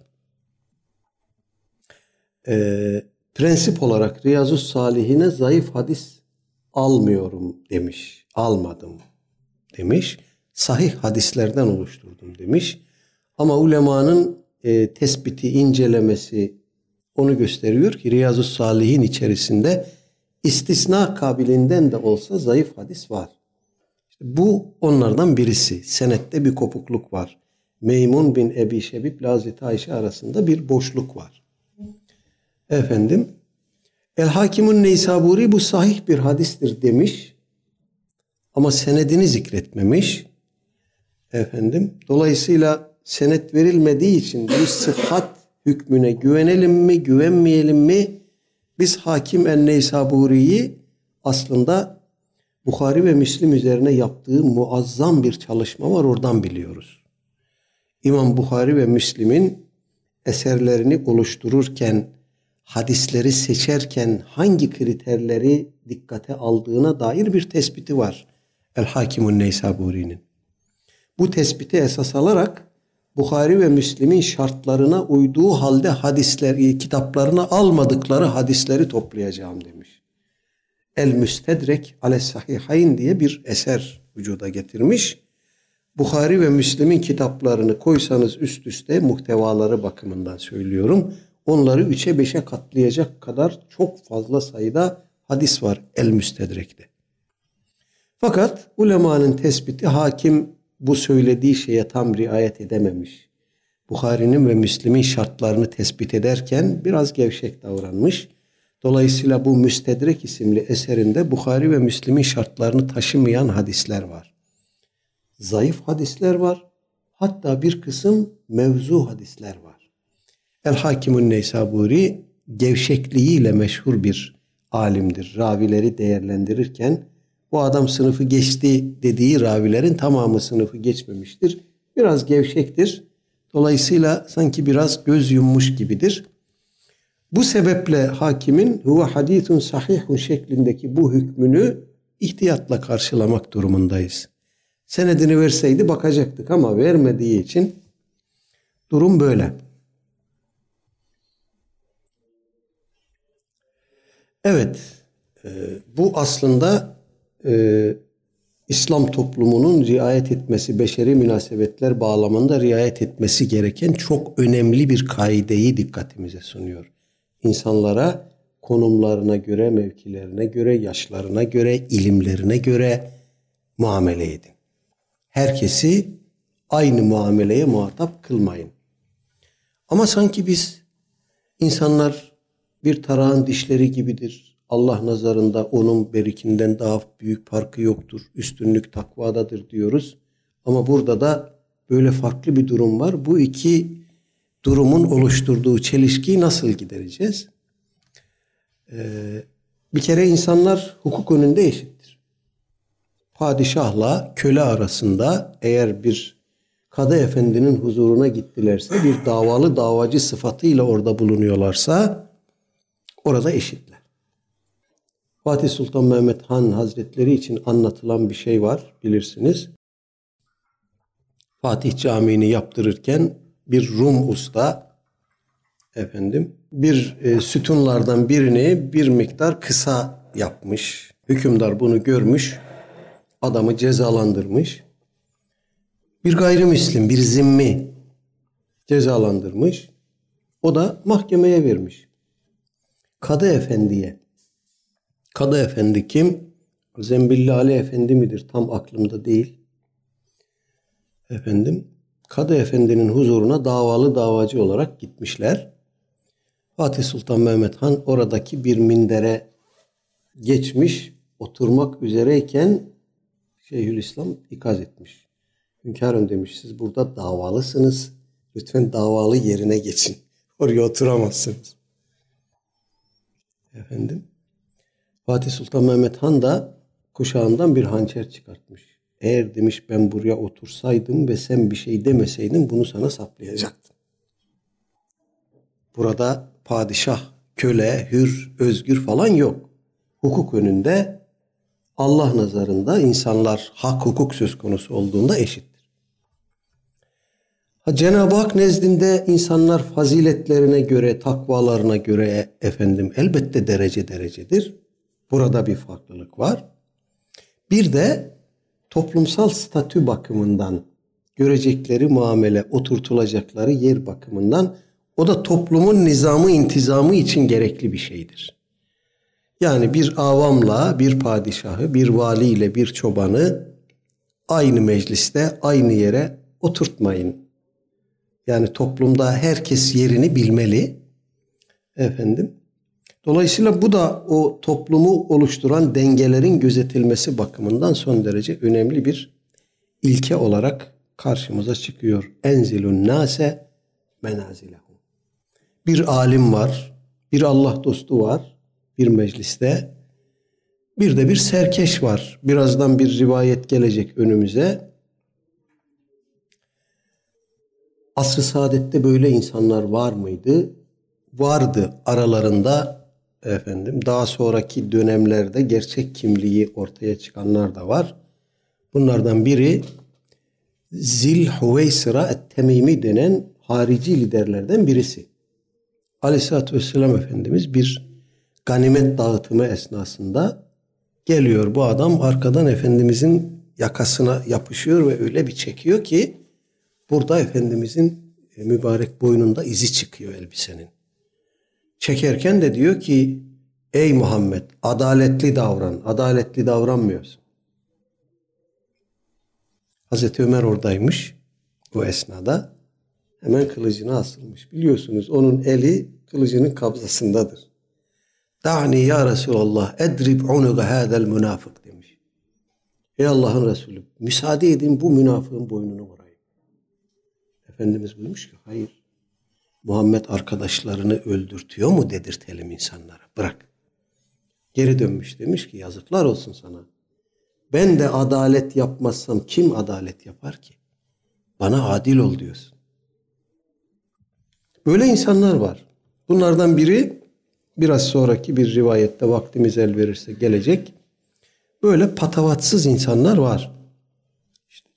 e, prensip olarak Riyazus Salihine zayıf hadis almıyorum demiş. Almadım demiş. Sahih hadislerden oluşturdum demiş. Ama ulemanın e, tespiti, incelemesi onu gösteriyor ki Riyazus Salihin içerisinde istisna kabilinden de olsa zayıf hadis var. İşte bu onlardan birisi. Senette bir kopukluk var. Meymun bin Ebi Şebib ile Hazreti Ayşe arasında bir boşluk var. Efendim, El Hakimun Neysaburi bu sahih bir hadistir demiş ama senedini zikretmemiş. Efendim, dolayısıyla senet verilmediği için bir sıhhat hükmüne güvenelim mi, güvenmeyelim mi? Biz Hakim el-Neysaburi'yi aslında Bukhari ve Müslim üzerine yaptığı muazzam bir çalışma var, oradan biliyoruz. İmam Bukhari ve Müslim'in eserlerini oluştururken, hadisleri seçerken hangi kriterleri dikkate aldığına dair bir tespiti var El-Hakimun Neysaburi'nin. Bu tespiti esas alarak Bukhari ve Müslim'in şartlarına uyduğu halde hadisleri, kitaplarına almadıkları hadisleri toplayacağım demiş. El-Müstedrek Ales-Sahihayn diye bir eser vücuda getirmiş. Bukhari ve Müslim'in kitaplarını koysanız üst üste, muhtevaları bakımından söylüyorum, onları üçe beşe katlayacak kadar çok fazla sayıda hadis var El-Müstedrek'te. Fakat ulemanın tespiti, hakim bu söylediği şeye tam riayet edememiş. Bukhari'nin ve Müslim'in şartlarını tespit ederken biraz gevşek davranmış. Dolayısıyla bu Müstedrek isimli eserinde Bukhari ve Müslim'in şartlarını taşımayan hadisler var. Zayıf hadisler var. Hatta bir kısım mevzu hadisler var. El-Hakimun Neysaburi gevşekliğiyle meşhur bir alimdir. Ravileri değerlendirirken bu adam sınıfı geçti dediği ravilerin tamamı sınıfı geçmemiştir. Biraz gevşektir. Dolayısıyla sanki biraz göz yummuş gibidir. Bu sebeple hakimin huve hadithun sahihun şeklindeki bu hükmünü ihtiyatla karşılamak durumundayız. Senedini verseydi bakacaktık ama vermediği için durum böyle. Evet, e, bu aslında e, İslam toplumunun riayet etmesi, beşeri münasebetler bağlamında riayet etmesi gereken çok önemli bir kaideyi dikkatimize sunuyor. İnsanlara konumlarına göre, mevkilerine göre, yaşlarına göre, ilimlerine göre muamele edin. Herkesi aynı muameleye muhatap kılmayın. Ama sanki biz insanlar bir tarağın dişleri gibidir. Allah nazarında onun berikinden daha büyük farkı yoktur. Üstünlük takvadadır diyoruz. Ama burada da böyle farklı bir durum var. Bu iki durumun oluşturduğu çelişkiyi nasıl gidereceğiz? Ee, bir kere insanlar hukuk önünde eşittir. Padişahla köle arasında eğer bir kadı efendinin huzuruna gittilerse, bir davalı davacı sıfatıyla orada bulunuyorlarsa orada eşitler. Fatih Sultan Mehmet Han Hazretleri için anlatılan bir şey var, bilirsiniz. Fatih Camii'ni yaptırırken bir Rum usta efendim bir e, sütunlardan birini bir miktar kısa yapmış. Hükümdar bunu görmüş, adamı cezalandırmış. Bir gayrimüslim, bir zimmi cezalandırmış. O da mahkemeye vermiş. Kadı Efendi'ye. Kadı Efendi kim? Zembilli Ali Efendi midir? Tam aklımda değil. Efendim, Kadı Efendi'nin huzuruna davalı davacı olarak gitmişler. Fatih Sultan Mehmet Han oradaki bir mindere geçmiş, oturmak üzereyken Şeyhülislam ikaz etmiş. Hünkârım demiş, siz burada davalısınız. Lütfen davalı yerine geçin. Oraya oturamazsınız. Efendim, Fatih Sultan Mehmet Han da kuşağından bir hançer çıkartmış. Eğer demiş ben buraya otursaydım ve sen bir şey demeseydin bunu sana saplayacaktım. Burada padişah, köle, hür, özgür falan yok. Hukuk önünde Allah nazarında insanlar hak hukuk söz konusu olduğunda eşittir. Ha, Cenab-ı Hak nezdinde insanlar faziletlerine göre, takvalarına göre efendim elbette derece derecedir. Burada bir farklılık var. Bir de toplumsal statü bakımından görecekleri muamele, oturtulacakları yer bakımından o da toplumun nizamı, intizamı için gerekli bir şeydir. Yani bir avamla bir padişahı, bir valiyle bir çobanı aynı mecliste, aynı yere oturtmayın. Yani toplumda herkes yerini bilmeli. Efendim. Dolayısıyla bu da o toplumu oluşturan dengelerin gözetilmesi bakımından son derece önemli bir ilke olarak karşımıza çıkıyor. Enzilun nase menazilehum. Bir alim var, bir Allah dostu var bir mecliste. Bir de bir serkeş var. Birazdan bir rivayet gelecek önümüze. Asr-ı Saadet'te böyle insanlar var mıydı? Vardı aralarında efendim. Daha sonraki dönemlerde gerçek kimliği ortaya çıkanlar da var. Bunlardan biri Zilhüveysira et-Temimi denen harici liderlerden birisi. Aleyhisselatü Vesselam Efendimiz bir ganimet dağıtımı esnasında geliyor bu adam arkadan Efendimizin yakasına yapışıyor ve öyle bir çekiyor ki burada Efendimizin mübarek boynunda izi çıkıyor elbisenin. Çekerken de diyor ki ey Muhammed adaletli davran. Adaletli davranmıyorsun. Hazreti Ömer oradaymış o esnada. Hemen kılıcına asılmış. Biliyorsunuz onun eli kılıcının kabzasındadır. Da'ni ya Resulallah edrib unuga hadel münafık demiş. Ey Allah'ın Resulü müsaade edin bu münafığın boynunu vurayım. Efendimiz buyurmuş ki hayır. Muhammed arkadaşlarını öldürtüyor mu dedirtelim insanlara. Bırak. Geri dönmüş demiş ki yazıklar olsun sana. Ben de adalet yapmazsam kim adalet yapar ki? Bana adil ol diyorsun. Böyle insanlar var. Bunlardan biri biraz sonraki bir rivayette vaktimiz el verirse gelecek. Böyle patavatsız insanlar var. İşte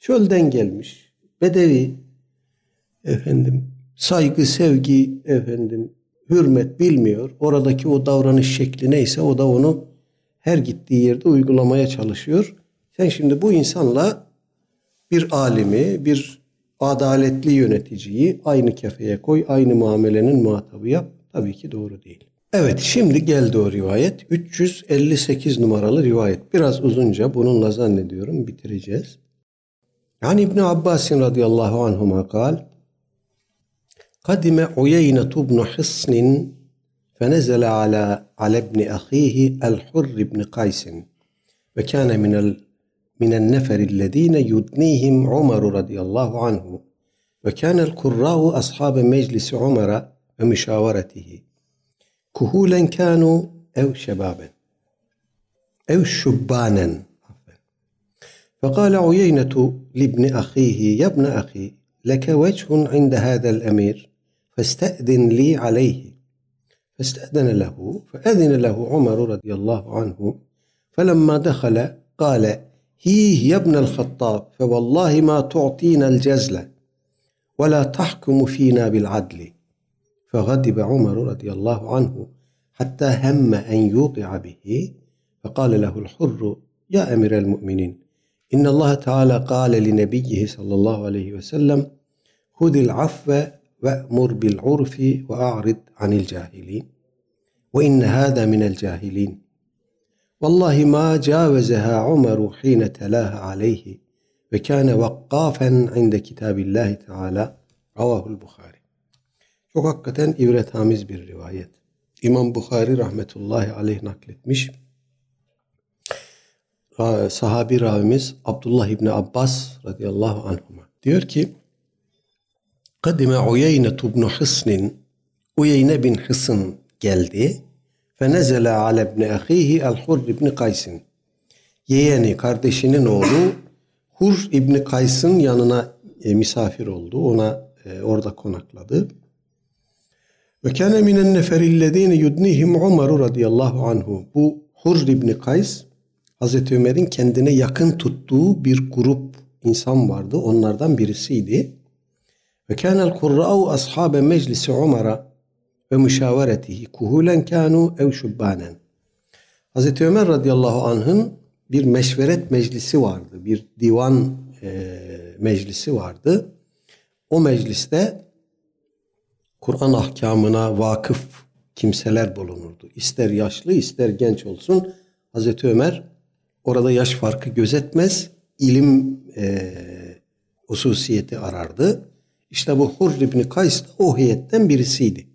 Çölden gelmiş. Bedevi. Efendim saygı, sevgi, efendim hürmet bilmiyor. Oradaki o davranış şekli neyse o da onu her gittiği yerde uygulamaya çalışıyor. Sen şimdi bu insanla bir alimi, bir adaletli yöneticiyi aynı kefeye koy, aynı muamelenin muhatabı yap. Tabii ki doğru değil. Evet, şimdi geldi o rivayet. üç yüz elli sekiz numaralı rivayet. Biraz uzunca, bununla zannediyorum bitireceğiz. Yani İbn Abbas radıyallahu anhuma kal: Kadime Uyeyne ibn Hisn fenezele ala ala ibn ahihi el-Hurr ibn Kays ve kana minel minen neferillezine yudnihim Ömer radıyallahu anhu ve kana'l kurra'u ashabe meclisi Ömer ve müşaveretihi kuhulen kanu ev şebaben ev şubbanen. فقال عيينة لابن أخيه يا ابن أخي لك وجه عند هذا الأمير فاستأذن لي عليه فاستأذن له فأذن له عمر رضي الله عنه فلما دخل قال هيه يا ابن الخطاب فوالله ما تعطينا الجزل ولا تحكم فينا بالعدل فغضب عمر رضي الله عنه حتى هم أن يوقع به فقال له الحر يا أمير المؤمنين إن الله تعالى قال لنبيه صلى الله عليه وسلم خذ العفو وأمر بالعرف وأعرض عن الجاهلين وإن هذا من الجاهلين والله ما جاوزها عمر حين تلاها عليه وكان وقافا عند كتاب الله تعالى رواه البخاري. Çok hakikaten ibretamiz bir rivayet. İmam Bukhari rahmetullahi aleyh nakletmiş. Sahabi ravimiz Abdullah İbni Abbas radıyallahu anhuma diyor ki Kadime Uyeyne ibn Hisn, Uyeyne bin Hisn geldi. Fenezele ala ibn ahihi el-Hurr ibn Kays. Yeğeni, kardeşinin oğlu Hurr ibn Kays'ın yanına e, misafir oldu. Ona e, orada konakladı. Ve kâne minen neferillezîne yudnihim Ömer radıyallahu anhu. Bu Hurr ibn Kays Hazreti Ömer'in kendine yakın tuttuğu bir grup insan vardı. Onlardan birisiydi. Ve kânel kurra'u ashabe meclisi Ömer'e ve müşaveretihi kuhulen kânû ev şubbânen. Hazreti Ömer radıyallahu anh'ın bir meşveret meclisi vardı. Bir divan e, meclisi vardı. O mecliste Kur'an ahkamına vakıf kimseler bulunurdu. İster yaşlı ister genç olsun. Hazreti Ömer orada yaş farkı gözetmez, ilim e, hususiyeti arardı. İşte bu Hurr ibn Kays da o heyetten birisiydi.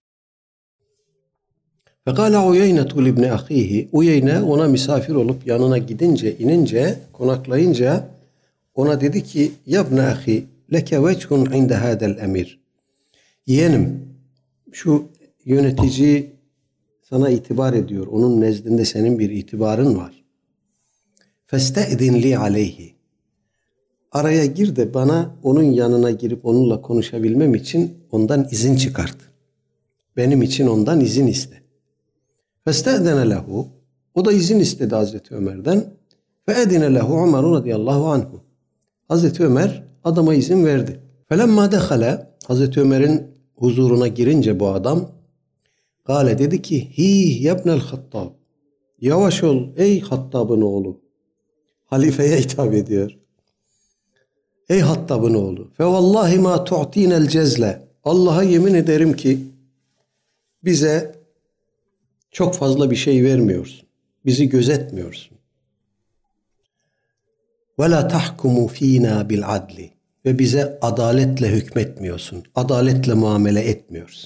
Fekâle Uyeynetu libni ahihi. Uyeyne ona misafir olup yanına gidince, inince, konaklayınca ona dedi ki ya ibn ahi leke vechun inde hadel emir. Yeğenim, şu yönetici sana itibar ediyor. Onun nezdinde senin bir itibarın var. Feste'zin li aleyhi. Araya gir de bana onun yanına girip onunla konuşabilmem için ondan izin çıkart. Benim için ondan izin iste. Feste'zene lehu. O da izin istedi Hazreti Ömer'den. Fe edine lehu Ömer radıyallahu anhu. Hazreti Ömer adama izin verdi. Felemma dehale. Hazreti Ömer'in huzuruna girince bu adam Kale dedi ki hi yabnel Hattab. Yavaş ol ey Hattab'ın oğlu. Halifeye hitap ediyor. Ey Hattab'ın oğlu. Fe vallahi ma tu'tinel cezle. Allah'a yemin ederim ki bize çok fazla bir şey vermiyorsun. Bizi gözetmiyorsun. Ve la tahkumu fina bil adli. Ve bize adaletle hükmetmiyorsun. Adaletle muamele etmiyorsun.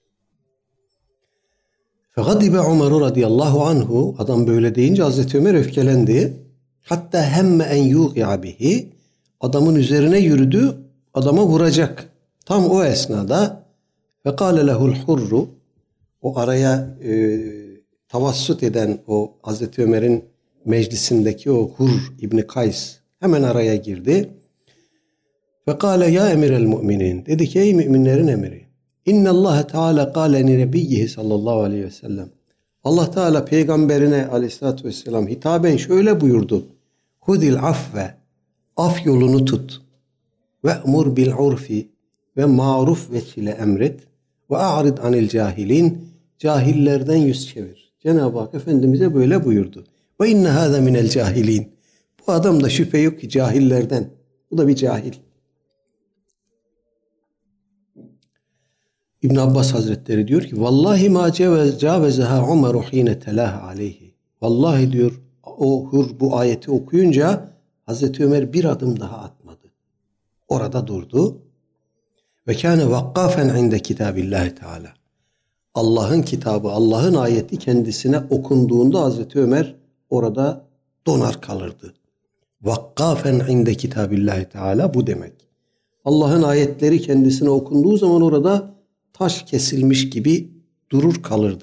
Fegadibe Ömer radıyallahu anhu. Adam böyle deyince Hazreti Ömer öfkelendi. Hatta hemme en yuqi'a bihi. Adamın üzerine yürüdü. Adama vuracak. Tam o esnada fekale lehul hurru. O araya e, tavassut eden o Hazreti Ömer'in meclisindeki o Hurr İbni Kays hemen araya girdi. Fekale ya emirel müminin. Dedi ki ey müminlerin emiri. İnne Allah Teala kâle ni nebiyyihi sallallahu aleyhi ve sellem. Allah Teala peygamberine aleyhissalatü vesselam hitaben şöyle buyurdu. Hudil afve. Af yolunu tut. ve'mur bil urfi ve maruf veçile emret ve a'rid anil cahilin, cahillerden yüz çevir. Cenab-ı Hak Efendimiz'e böyle buyurdu. Ve inne hâze minel cahilin. Bu adam da şüphe yok ki cahillerden. Bu da bir cahil. İbn Abbas Hazretleri diyor ki vallahi ma cavezaha Ömer hine telaha aleyhi. Vallahi diyor o hür bu ayeti okuyunca Hazreti Ömer bir adım daha atmadı. Orada durdu. Ve kâne vakkafen inde kitâbillâhi teâlâ. Allah'ın kitabı, Allah'ın ayeti kendisine okunduğunda Hazreti Ömer orada donar kalırdı. Vakkafen inde kitâbillâhi teâlâ bu demek. Allah'ın ayetleri kendisine okunduğu zaman orada taş kesilmiş gibi durur kalırdı.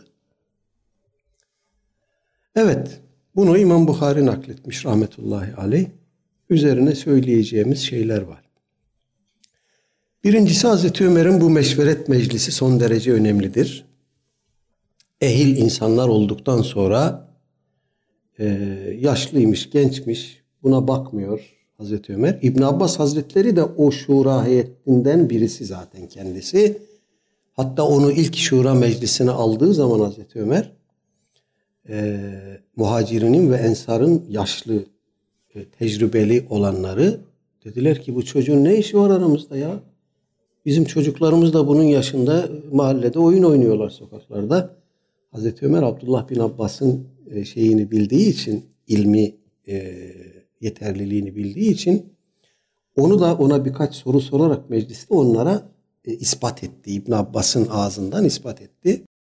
Evet, bunu İmam Bukhari nakletmiş rahmetullahi aleyh. Üzerine söyleyeceğimiz şeyler var. Birincisi Hazreti Ömer'in bu meşveret meclisi son derece önemlidir. Ehil insanlar olduktan sonra e, yaşlıymış, gençmiş, buna bakmıyor Hazreti Ömer. İbn Abbas Hazretleri de o şura heyetinden birisi zaten kendisi. Hatta onu ilk şura meclisine aldığı zaman Hazreti Ömer e, muhacirinin ve ensarın yaşlı, e, tecrübeli olanları dediler ki bu çocuğun ne işi var aramızda ya? Bizim çocuklarımız da bunun yaşında mahallede oyun oynuyorlar sokaklarda. Hazreti Ömer Abdullah bin Abbas'ın e, şeyini bildiği için, ilmi e, yeterliliğini bildiği için onu da ona birkaç soru sorarak mecliste onlara e, ispat etti. İbn Abbas'ın ağzından ispat etti.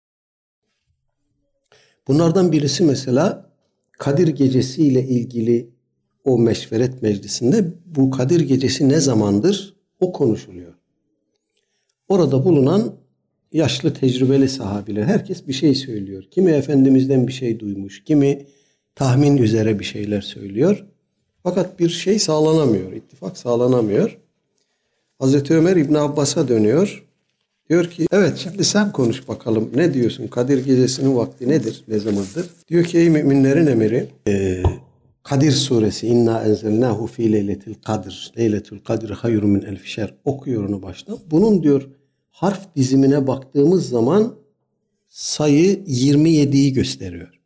Bunlardan birisi mesela Kadir Gecesi ile ilgili o meşveret meclisinde bu Kadir Gecesi ne zamandır o konuşuluyor. Orada bulunan yaşlı tecrübeli sahabiler herkes bir şey söylüyor. Kimi Efendimiz'den bir şey duymuş, kimi tahmin üzere bir şeyler söylüyor. Fakat bir şey sağlanamıyor, ittifak sağlanamıyor. Hazreti Ömer İbn Abbas'a dönüyor. Diyor ki evet şimdi sen konuş bakalım ne diyorsun? Kadir Gecesi'nin vakti nedir? Ne zamandır? Diyor ki ey müminlerin emiri e, Kadir suresi İnna enzelnahu fi leyletil kadr. Leyletul kadr hayrun min elfi şer. Okuyor onu baştan. Bunun diyor harf dizimine baktığımız zaman sayı yirmi yediyi gösteriyor.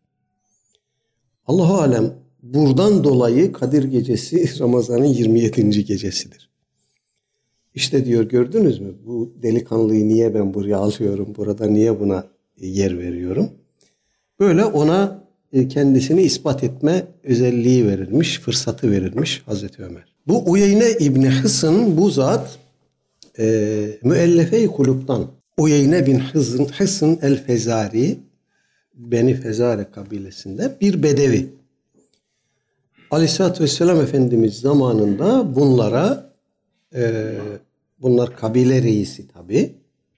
Allahu alem buradan dolayı Kadir Gecesi Ramazan'ın yirmi yedinci gecesidir. İşte diyor gördünüz mü bu delikanlıyı niye ben buraya alıyorum, burada niye buna yer veriyorum? Böyle ona kendisini ispat etme özelliği verilmiş, fırsatı verilmiş Hazreti Ömer. Bu Uyeyne İbni Hısn bu zat e, müellefe-i kulüpten Uyeyne bin Hısn, Hısn el-Fezari Beni Fezare kabilesinde bir bedevi. Aleyhisselatü Vesselam Efendimiz zamanında bunlara e, bunlar kabile reisi tabi.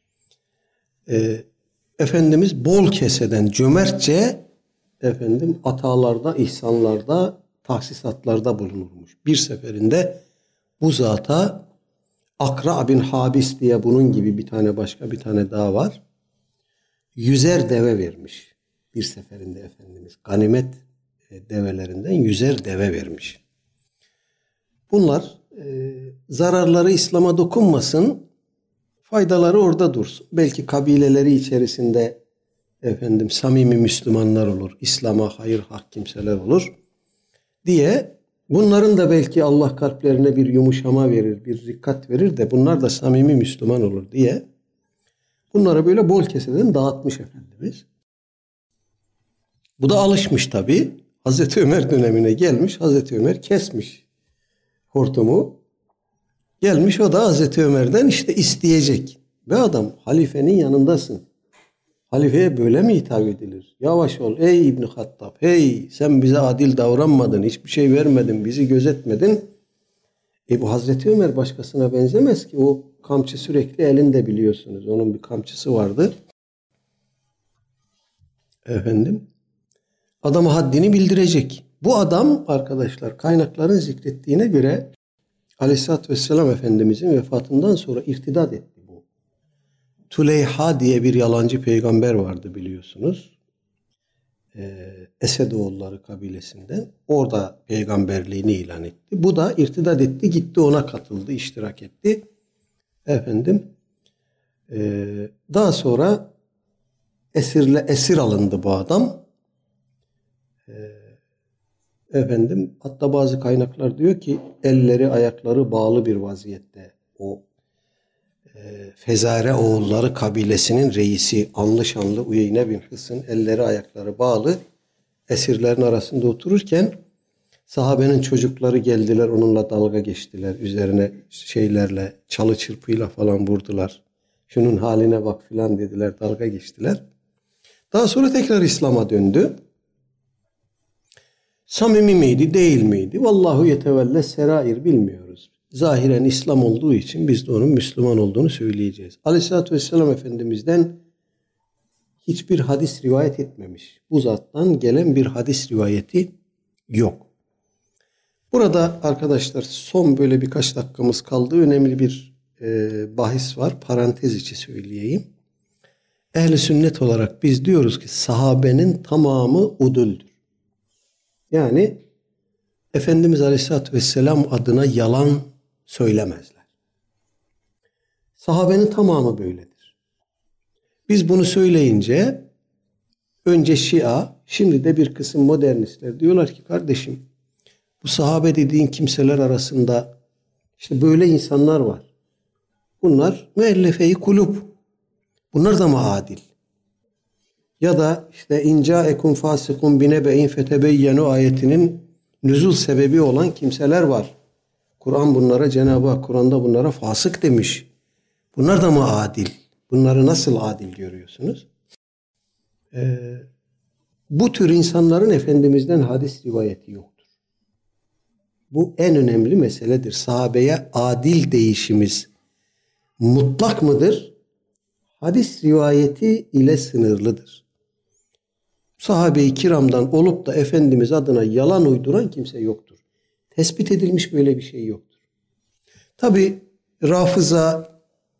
E, Efendimiz bol keseden cömertçe efendim atalarda, ihsanlarda, tahsisatlarda bulunurmuş. Bir seferinde bu zata Akra bin Habis diye bunun gibi bir tane başka bir tane daha var. Yüzer deve vermiş. Bir seferinde Efendimiz ganimet develerinden yüzer deve vermiş. Bunlar e, zararları İslam'a dokunmasın, faydaları orada dursun. Belki kabileleri içerisinde efendim samimi Müslümanlar olur, İslam'a hayır hak kimseler olur diye bunların da belki Allah kalplerine bir yumuşama verir, bir rikkat verir de bunlar da samimi Müslüman olur diye bunları böyle bol keseden dağıtmış Efendimiz. Bu da alışmış tabi. Hazreti Ömer dönemine gelmiş. Hazreti Ömer kesmiş hortumu. Gelmiş o da Hazreti Ömer'den işte isteyecek. Ve adam halifenin yanındasın. Halifeye böyle mi hitap edilir? Yavaş ol ey İbn Hattab. Hey sen bize adil davranmadın. Hiçbir şey vermedin. Bizi gözetmedin. E bu Hazreti Ömer başkasına benzemez ki. O kamçı sürekli elinde biliyorsunuz. Onun bir kamçısı vardı. Efendim. Adama haddini bildirecek. Bu adam arkadaşlar kaynakların zikrettiğine göre Aleyhisselatü Vesselam Efendimizin vefatından sonra irtidat etti bu. Tuleyha diye bir yalancı peygamber vardı biliyorsunuz. e, Esedoğulları kabilesinden. Orada peygamberliğini ilan etti. Bu da irtidat etti, gitti ona katıldı, iştirak etti. Efendim e, daha sonra esirle esir alındı bu adam. E, efendim hatta bazı kaynaklar diyor ki elleri ayakları bağlı bir vaziyette o e, Fezare oğulları kabilesinin reisi anlı şanlı Uyeyne bin Hısn elleri ayakları bağlı esirlerin arasında otururken sahabenin çocukları geldiler, onunla dalga geçtiler. Üzerine şeylerle, çalı çırpıyla falan vurdular. Şunun haline bak filan dediler, dalga geçtiler. Daha sonra tekrar İslam'a döndü. Samimi miydi, değil miydi? Vallahu yetevelle serair, bilmiyoruz. Zahiren İslam olduğu için biz de onun Müslüman olduğunu söyleyeceğiz. Aleyhisselatü Vesselam Efendimiz'den hiçbir hadis rivayet etmemiş. Bu zattan gelen bir hadis rivayeti yok. Burada arkadaşlar son böyle birkaç dakikamız kaldı. Önemli bir e, bahis var. Parantez içi söyleyeyim. Ehl-i sünnet olarak biz diyoruz ki sahabenin tamamı uduldür. Yani Efendimiz Aleyhisselatü Vesselam adına yalan söylemezler. Sahabenin tamamı böyledir. Biz bunu söyleyince önce Şia, şimdi de bir kısım modernistler diyorlar ki kardeşim bu sahabe dediğin kimseler arasında işte böyle insanlar var. Bunlar müellefe-i kulub. Bunlar da mı adil? Ya da işte inca ekun fasikun binebe'in fetebeyyenu ayetinin nüzul sebebi olan kimseler var. Kur'an bunlara, Cenab-ı Hak Kur'an'da bunlara fasık demiş. Bunlar da mı adil? Bunları nasıl adil görüyorsunuz? Ee, bu tür insanların Efendimiz'den hadis rivayeti yoktur. Bu en önemli meseledir. Sahabeye adil deyişimiz mutlak mıdır? Hadis rivayeti ile sınırlıdır. Sahabe-i kiramdan olup da Efendimiz adına yalan uyduran kimse yoktur. Tespit edilmiş böyle bir şey yoktur. Tabi Rafıza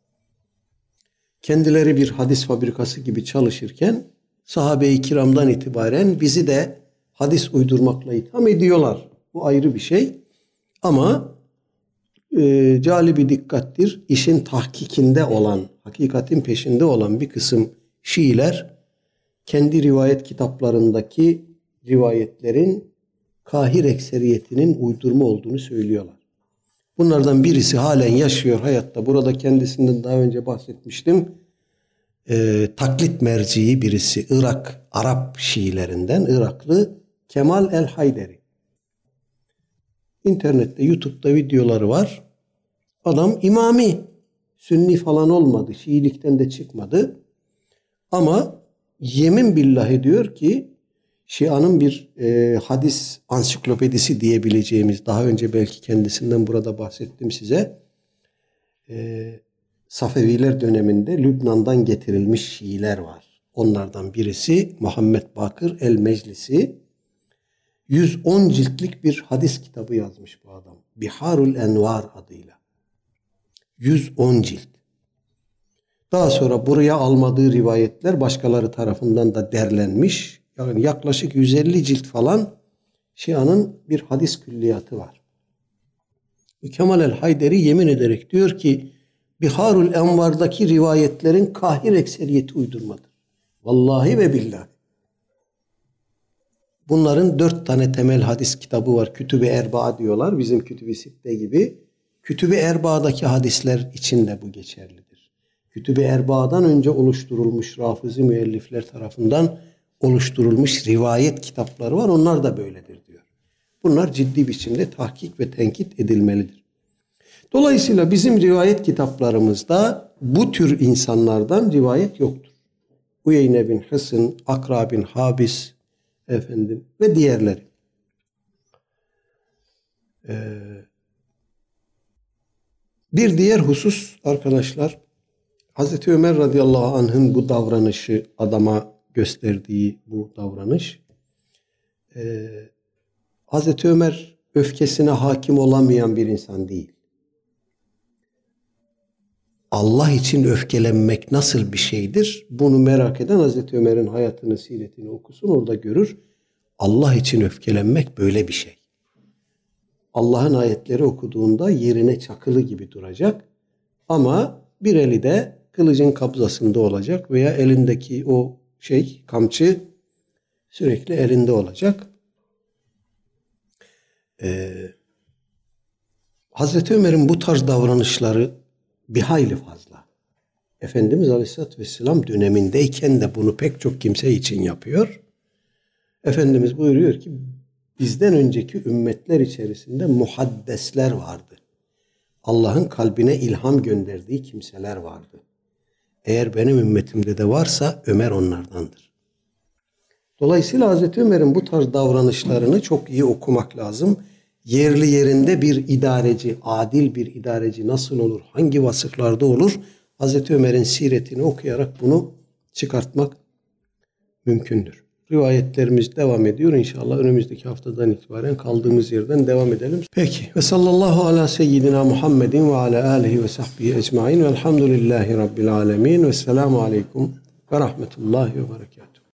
kendileri bir hadis fabrikası gibi çalışırken sahabe-i kiramdan itibaren bizi de hadis uydurmakla itham ediyorlar. Bu ayrı bir şey. Ama e, cali dikkattir. İşin tahkikinde olan, hakikatin peşinde olan bir kısım Şiiler kendi rivayet kitaplarındaki rivayetlerin kahir ekseriyetinin uydurma olduğunu söylüyorlar. Bunlardan birisi halen yaşıyor hayatta. Burada kendisinden daha önce bahsetmiştim. E, taklit merciği birisi. Irak, Arap Şiilerinden Iraklı Kemal el-Hayderi. İnternette, YouTube'da videoları var. Adam imami. Sünni falan olmadı. Şiilikten de çıkmadı. Ama yemin billahi diyor ki Şia'nın bir e, hadis ansiklopedisi diyebileceğimiz, daha önce belki kendisinden burada bahsettim size. E, Safeviler döneminde Lübnan'dan getirilmiş Şiiler var. Onlardan birisi Muhammed Bakır el-Meclisi. yüz on ciltlik bir hadis kitabı yazmış bu adam. Biharul Envar adıyla. yüz on cilt. Daha sonra buraya almadığı rivayetler başkaları tarafından da derlenmiş. Yani yaklaşık yüz elli cilt falan Şia'nın bir hadis külliyatı var. Kemal el-Hayderi yemin ederek diyor ki Biharul Envar'daki rivayetlerin kahir ekseriyeti uydurmadır. Vallahi ve billahi. Bunların dört tane temel hadis kitabı var. Kütüb-i Erbaa diyorlar. Bizim Kütüb-i Sitte gibi. Kütüb-i Erbaa'daki hadisler için de bu geçerlidir. Kütüb-i Erbaa'dan önce oluşturulmuş Rafizi müellifler tarafından oluşturulmuş rivayet kitapları var. Onlar da böyledir diyor. Bunlar ciddi biçimde tahkik ve tenkit edilmelidir. Dolayısıyla bizim rivayet kitaplarımızda bu tür insanlardan rivayet yoktur. Uyeyne bin Hısn, Akra bin Habis efendim ve diğerleri. Ee, bir diğer husus arkadaşlar, Hazreti Ömer radıyallahu anh'ın bu davranışı, adama gösterdiği bu davranış, e, Hazreti Ömer öfkesine hakim olamayan bir insan değil. Allah için öfkelenmek nasıl bir şeydir? Bunu merak eden Hazreti Ömer'in hayatını, siretini okusun, orada görür. Allah için öfkelenmek böyle bir şey. Allah'ın ayetleri okuduğunda yerine çakılı gibi duracak. Ama bir eli de kılıcın kabzasında olacak veya elindeki o şey, kamçı sürekli elinde olacak. Ee, Hazreti Ömer'in bu tarz davranışları bir hayli fazla. Efendimiz Aleyhisselatü Vesselam dönemindeyken de bunu pek çok kimse için yapıyor. Efendimiz buyuruyor ki bizden önceki ümmetler içerisinde muhaddesler vardı. Allah'ın kalbine ilham gönderdiği kimseler vardı. Eğer benim ümmetimde de varsa Ömer onlardandır. Dolayısıyla Hazreti Ömer'in bu tarz davranışlarını çok iyi okumak lazım. Yerli yerinde bir idareci, adil bir idareci nasıl olur, hangi vasıflarda olur? Hazreti Ömer'in siretini okuyarak bunu çıkartmak mümkündür. Rivayetlerimiz devam ediyor. İnşallah önümüzdeki haftadan itibaren kaldığımız yerden devam edelim. Peki. Ve sallallahu ala seyyidina Muhammedin ve ala alihi ve sahbihi ecmain. Velhamdülillahi Rabbil alemin. Ve selamu aleyküm ve rahmetullahi ve berekatuhu.